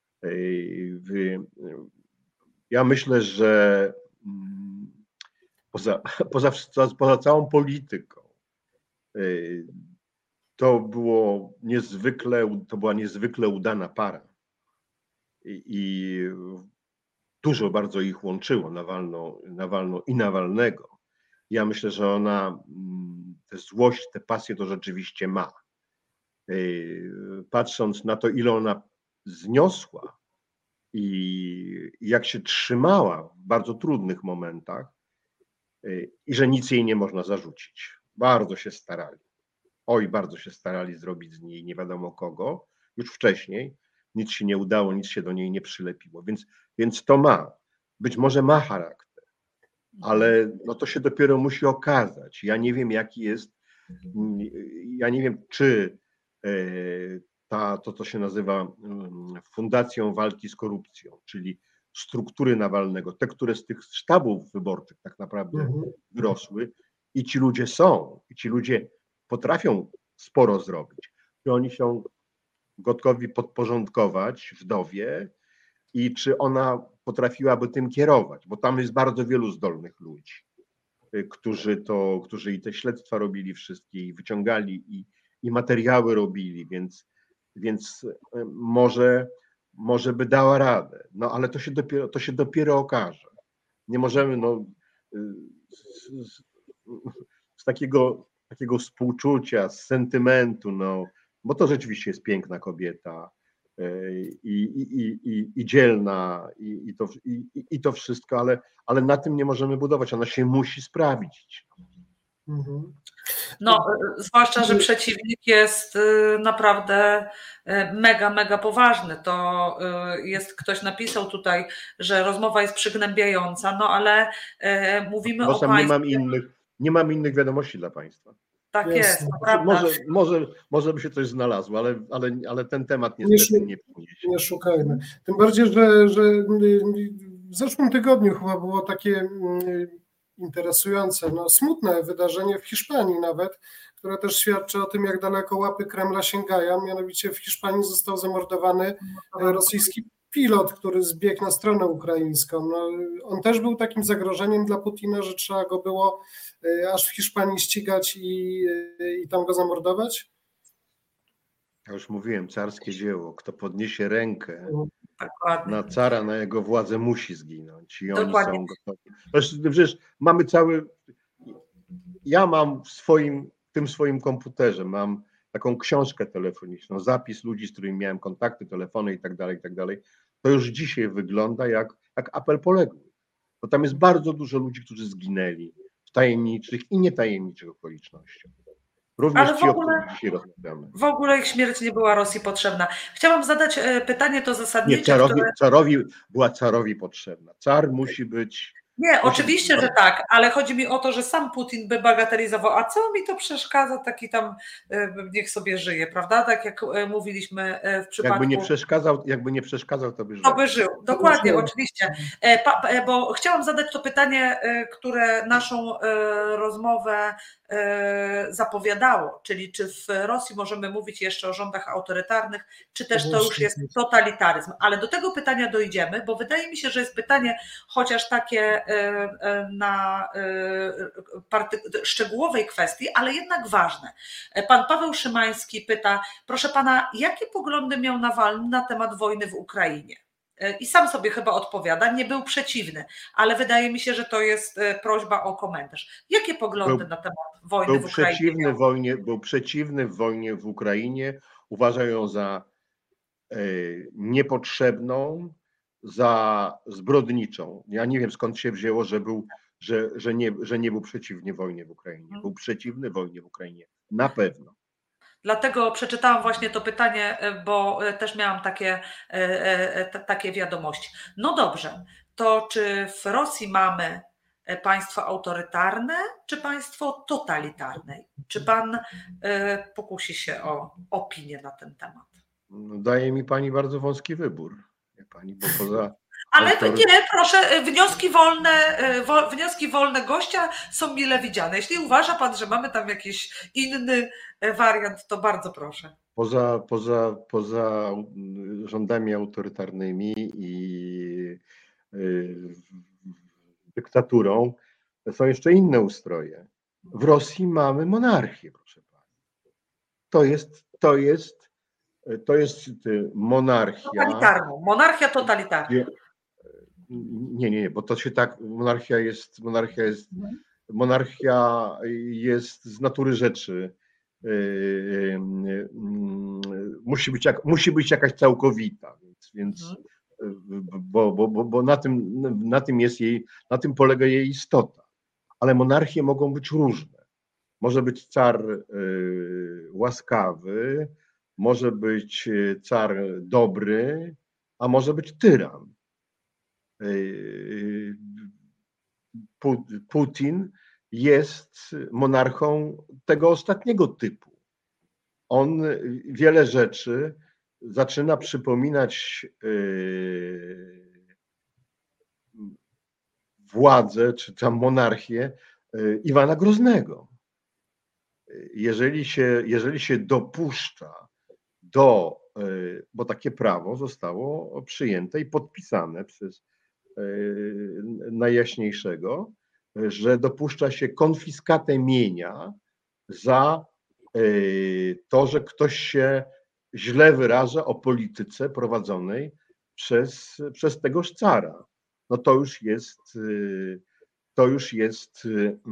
Ja myślę, że poza całą polityką to była niezwykle udana para i dużo bardzo ich łączyło, Nawalną i Nawalnego. Ja myślę, że ona tę złość, tę pasję to rzeczywiście ma. Patrząc na to, ile ona zniosła i jak się trzymała w bardzo trudnych momentach i że nic jej nie można zarzucić. Bardzo się starali. Bardzo się starali zrobić z niej nie wiadomo kogo, już wcześniej. Nic się nie udało, nic się do niej nie przylepiło, więc to być może ma charakter, ale no to się dopiero musi okazać. Ja nie wiem, ja nie wiem, czy to, co się nazywa Fundacją Walki z Korupcją, czyli struktury Nawalnego, te, które z tych sztabów wyborczych tak naprawdę wyrosły, i ci ludzie są, i ci ludzie potrafią sporo zrobić. Czy oni są gotowi podporządkować wdowie i czy ona potrafiłaby tym kierować, bo tam jest bardzo wielu zdolnych ludzi, którzy i te śledztwa robili wszystkie, i wyciągali, i materiały robili, więc może by dała radę. No ale to się dopiero okaże. Nie możemy z takiego współczucia, z sentymentu, bo to rzeczywiście jest piękna kobieta i dzielna i to wszystko, ale na tym nie możemy budować. Ona się musi sprawdzić. No, zwłaszcza, że przeciwnik jest naprawdę mega, mega poważny. To jest, ktoś napisał tutaj, że rozmowa jest przygnębiająca, no ale mówimy o państwie. Nie mam innych wiadomości dla państwa. Tak jest, naprawdę. Może by się coś znalazło, ale ten temat niestety nie przyniesie. Nie szukajmy. Tym bardziej, że w zeszłym tygodniu chyba było takie interesujące, smutne wydarzenie w Hiszpanii nawet, które też świadczy o tym, jak daleko łapy Kremla sięgają. Mianowicie w Hiszpanii został zamordowany rosyjski pilot, który zbiegł na stronę ukraińską. On też był takim zagrożeniem dla Putina, że trzeba go było aż w Hiszpanii ścigać i tam go zamordować? Ja już mówiłem, carskie dzieło. Kto podniesie rękę na cara, na jego władzę, musi zginąć. I oni są gotowi. Przecież mamy ja mam w tym swoim komputerze, mam taką książkę telefoniczną, zapis ludzi, z którymi miałem kontakty, telefony i tak dalej. To już dzisiaj wygląda jak apel poległych. Bo tam jest bardzo dużo ludzi, którzy zginęli w tajemniczych i nietajemniczych okolicznościach. Również ci, o których dzisiaj rozmawiamy. W ogóle ich śmierć nie była Rosji potrzebna. Chciałam zadać pytanie to zasadnicze. Była carowi potrzebna. Car musi być... Nie, oczywiście, że tak, ale chodzi mi o to, że sam Putin by bagatelizował, a co mi to przeszkadza, taki tam niech sobie żyje, prawda? Tak jak mówiliśmy w przypadku... Jakby nie przeszkadzał, to by żył. To by żył, dokładnie, oczywiście. Bo chciałam zadać to pytanie, które naszą rozmowę zapowiadało, czyli czy w Rosji możemy mówić jeszcze o rządach autorytarnych, czy też to już jest totalitaryzm. Ale do tego pytania dojdziemy, bo wydaje mi się, że jest pytanie chociaż takie na szczegółowej kwestii, ale jednak ważne. Pan Paweł Szymański pyta, proszę pana, jakie poglądy miał Nawalny na temat wojny w Ukrainie? I sam sobie chyba odpowiada, nie był przeciwny, ale wydaje mi się, że to jest prośba o komentarz. Jakie poglądy na temat wojny w Ukrainie? Był przeciwny wojnie w Ukrainie, uważał ją za niepotrzebną, za zbrodniczą. Ja nie wiem, skąd się wzięło, że nie był przeciwny wojnie w Ukrainie. Był przeciwny wojnie w Ukrainie, na pewno. Dlatego przeczytałam właśnie to pytanie, bo też miałam takie wiadomości. No dobrze, to czy w Rosji mamy państwo autorytarne, czy państwo totalitarne? Czy pan pokusi się o opinię na ten temat? Daje mi pani bardzo wąski wybór. Pani, bo poza... Ale nie, proszę, wnioski wolne gościa są mile widziane. Jeśli uważa pan, że mamy tam jakiś inny wariant, to bardzo proszę. Poza rządami autorytarnymi i dyktaturą są jeszcze inne ustroje. W Rosji mamy monarchię, proszę pani. To jest monarchia. Totalitarną. Monarchia totalitarna. Nie, bo to się tak, monarchia jest z natury rzeczy. Musi być jakaś całkowita, więc bo na tym polega jej istota. Ale monarchie mogą być różne. Może być car łaskawy, może być car dobry, a może być tyran. Putin jest monarchą tego ostatniego typu. On wiele rzeczy zaczyna przypominać władzę czy tam monarchię Iwana Groznego. Jeżeli się dopuszcza bo takie prawo zostało przyjęte i podpisane przez Najjaśniejszego, że dopuszcza się konfiskatę mienia za to, że ktoś się źle wyraża o polityce prowadzonej przez tegoż cara. No to już jest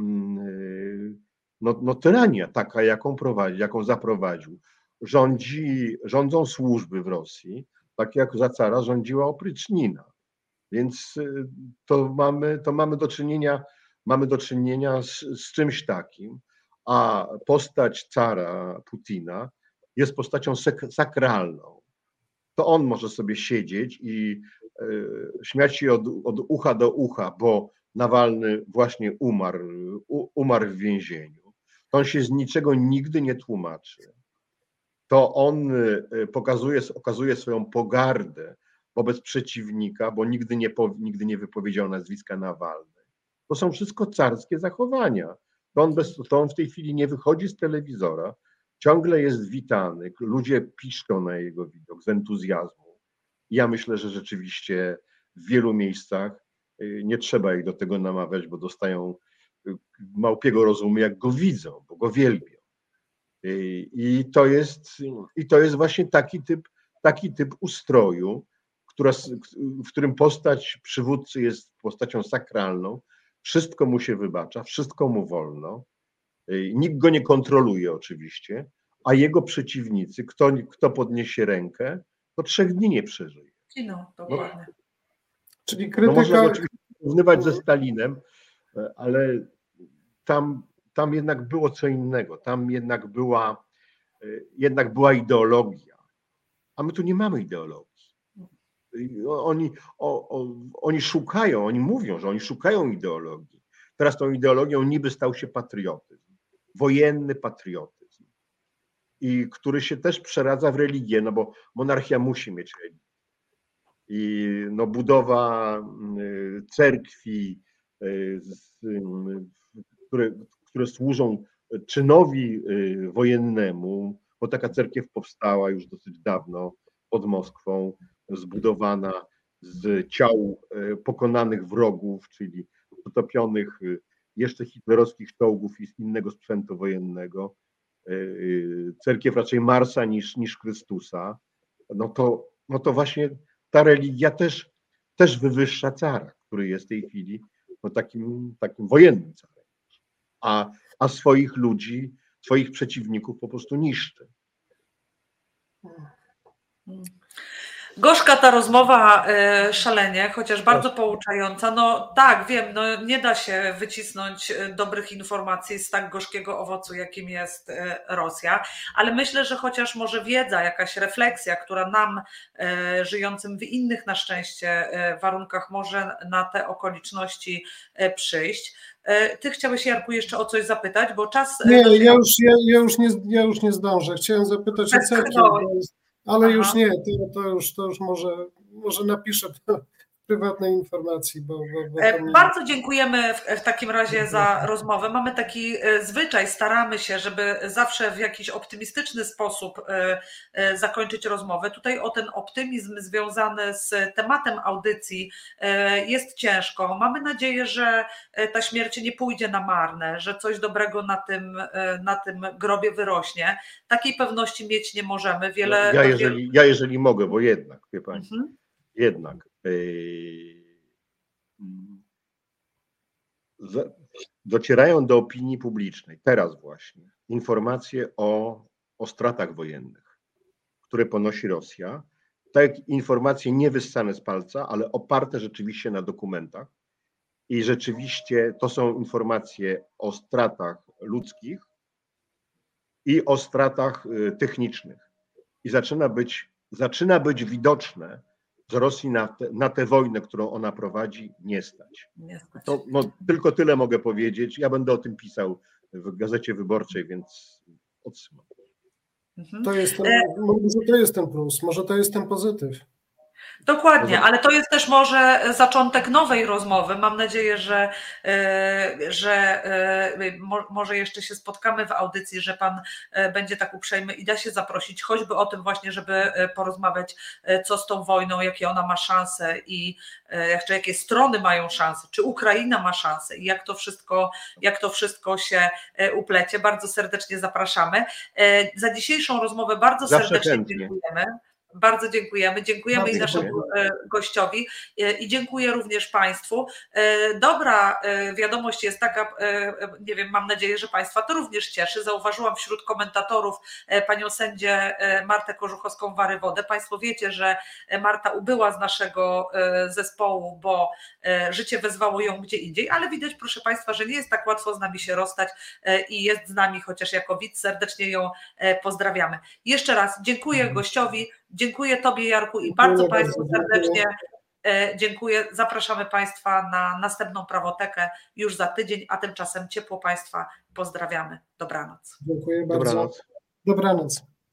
tyrania taka, jaką zaprowadził. Rządzą służby w Rosji, tak jak za cara rządziła oprycznina. Więc to mamy do czynienia z czymś takim, a postać cara Putina jest postacią sakralną. To on może sobie siedzieć i śmiać się od ucha do ucha, bo Nawalny właśnie umarł w więzieniu. To on się z niczego nigdy nie tłumaczy. To on okazuje swoją pogardę wobec przeciwnika, bo nigdy nie wypowiedział nazwiska Nawalny. To są wszystko carskie zachowania. To on w tej chwili nie wychodzi z telewizora, ciągle jest witany, ludzie piszczą na jego widok z entuzjazmu. Ja myślę, że rzeczywiście w wielu miejscach nie trzeba ich do tego namawiać, bo dostają małpiego rozumu, jak go widzą, bo go wielbią. I to jest właśnie taki typ ustroju, w którym postać przywódcy jest postacią sakralną, wszystko mu się wybacza, wszystko mu wolno, nikt go nie kontroluje oczywiście, a jego przeciwnicy, kto podniesie rękę, to 3 dni nie przeżyje. No, dokładnie. Czyli krytyka... można go oczywiście porównywać ze Stalinem, ale tam jednak było co innego, tam jednak była ideologia, a my tu nie mamy ideologii. Oni szukają, oni mówią, że oni szukają ideologii. Teraz tą ideologią niby stał się patriotyzm, wojenny patriotyzm, i który się też przeradza w religię, no bo monarchia musi mieć religię. I no budowa cerkwi, które służą czynowi wojennemu, bo taka cerkiew powstała już dosyć dawno pod Moskwą, zbudowana z ciał pokonanych wrogów, czyli utopionych jeszcze hitlerowskich czołgów i innego sprzętu wojennego. Cerkiew raczej Marsa niż Chrystusa. No to właśnie ta religia też wywyższa cara, który jest w tej chwili takim wojennym carem. A swoich ludzi, swoich przeciwników po prostu niszczy. Gorzka ta rozmowa szalenie, chociaż bardzo pouczająca. No tak, wiem, no nie da się wycisnąć dobrych informacji z tak gorzkiego owocu, jakim jest Rosja, ale myślę, że chociaż może wiedza, jakaś refleksja, która nam, żyjącym w innych na szczęście warunkach, może na te okoliczności przyjść. Ty chciałeś, Jarku, jeszcze o coś zapytać, bo czas... Nie, ja już nie zdążę. Chciałem zapytać o cerkiew, ale już nie, to już może napiszę w prywatnej informacji. Bardzo dziękujemy w takim razie za rozmowę. Mamy taki zwyczaj, staramy się, żeby zawsze w jakiś optymistyczny sposób zakończyć rozmowę. Tutaj o ten optymizm związany z tematem audycji jest ciężko. Mamy nadzieję, że ta śmierć nie pójdzie na marne, że coś dobrego na tym grobie wyrośnie. Takiej pewności mieć nie możemy. Jeżeli mogę, bo jednak, wie pani, jednak docierają do opinii publicznej teraz właśnie informacje o stratach wojennych, które ponosi Rosja. Tak, informacje nie wyssane z palca, ale oparte rzeczywiście na dokumentach. I rzeczywiście to są informacje o stratach ludzkich i o stratach technicznych. I zaczyna być widoczne, z Rosji na tę wojnę, którą ona prowadzi, nie stać. Nie stać. To, tylko tyle mogę powiedzieć. Ja będę o tym pisał w Gazecie Wyborczej, więc odsyłam. To jest ten plus, może to jest ten pozytyw. Dokładnie, ale to jest też może zaczątek nowej rozmowy. Mam nadzieję, że może jeszcze się spotkamy w audycji, że Pan będzie tak uprzejmy i da się zaprosić choćby o tym właśnie, żeby porozmawiać, co z tą wojną, jakie ona ma szanse i jakie strony mają szanse, czy Ukraina ma szanse i jak to wszystko się uplecie. Bardzo serdecznie zapraszamy. Za dzisiejszą rozmowę bardzo serdecznie dziękujemy. Bardzo dziękujemy. Dziękujemy i naszemu gościowi i dziękuję również Państwu. Dobra wiadomość jest taka, nie wiem, mam nadzieję, że Państwa to również cieszy. Zauważyłam wśród komentatorów panią sędzię Martę Korzuchowską-Warywodę. Państwo wiecie, że Marta ubyła z naszego zespołu, bo życie wezwało ją gdzie indziej, ale widać, proszę Państwa, że nie jest tak łatwo z nami się rozstać i jest z nami chociaż jako widz. Serdecznie ją pozdrawiamy. Jeszcze raz dziękuję gościowi. Dziękuję Tobie, Jarku, i bardzo Państwu serdecznie dziękuję. Zapraszamy Państwa na następną Prawotekę już za tydzień, a tymczasem ciepło Państwa pozdrawiamy. Dobranoc. Dziękuję bardzo. Dobranoc.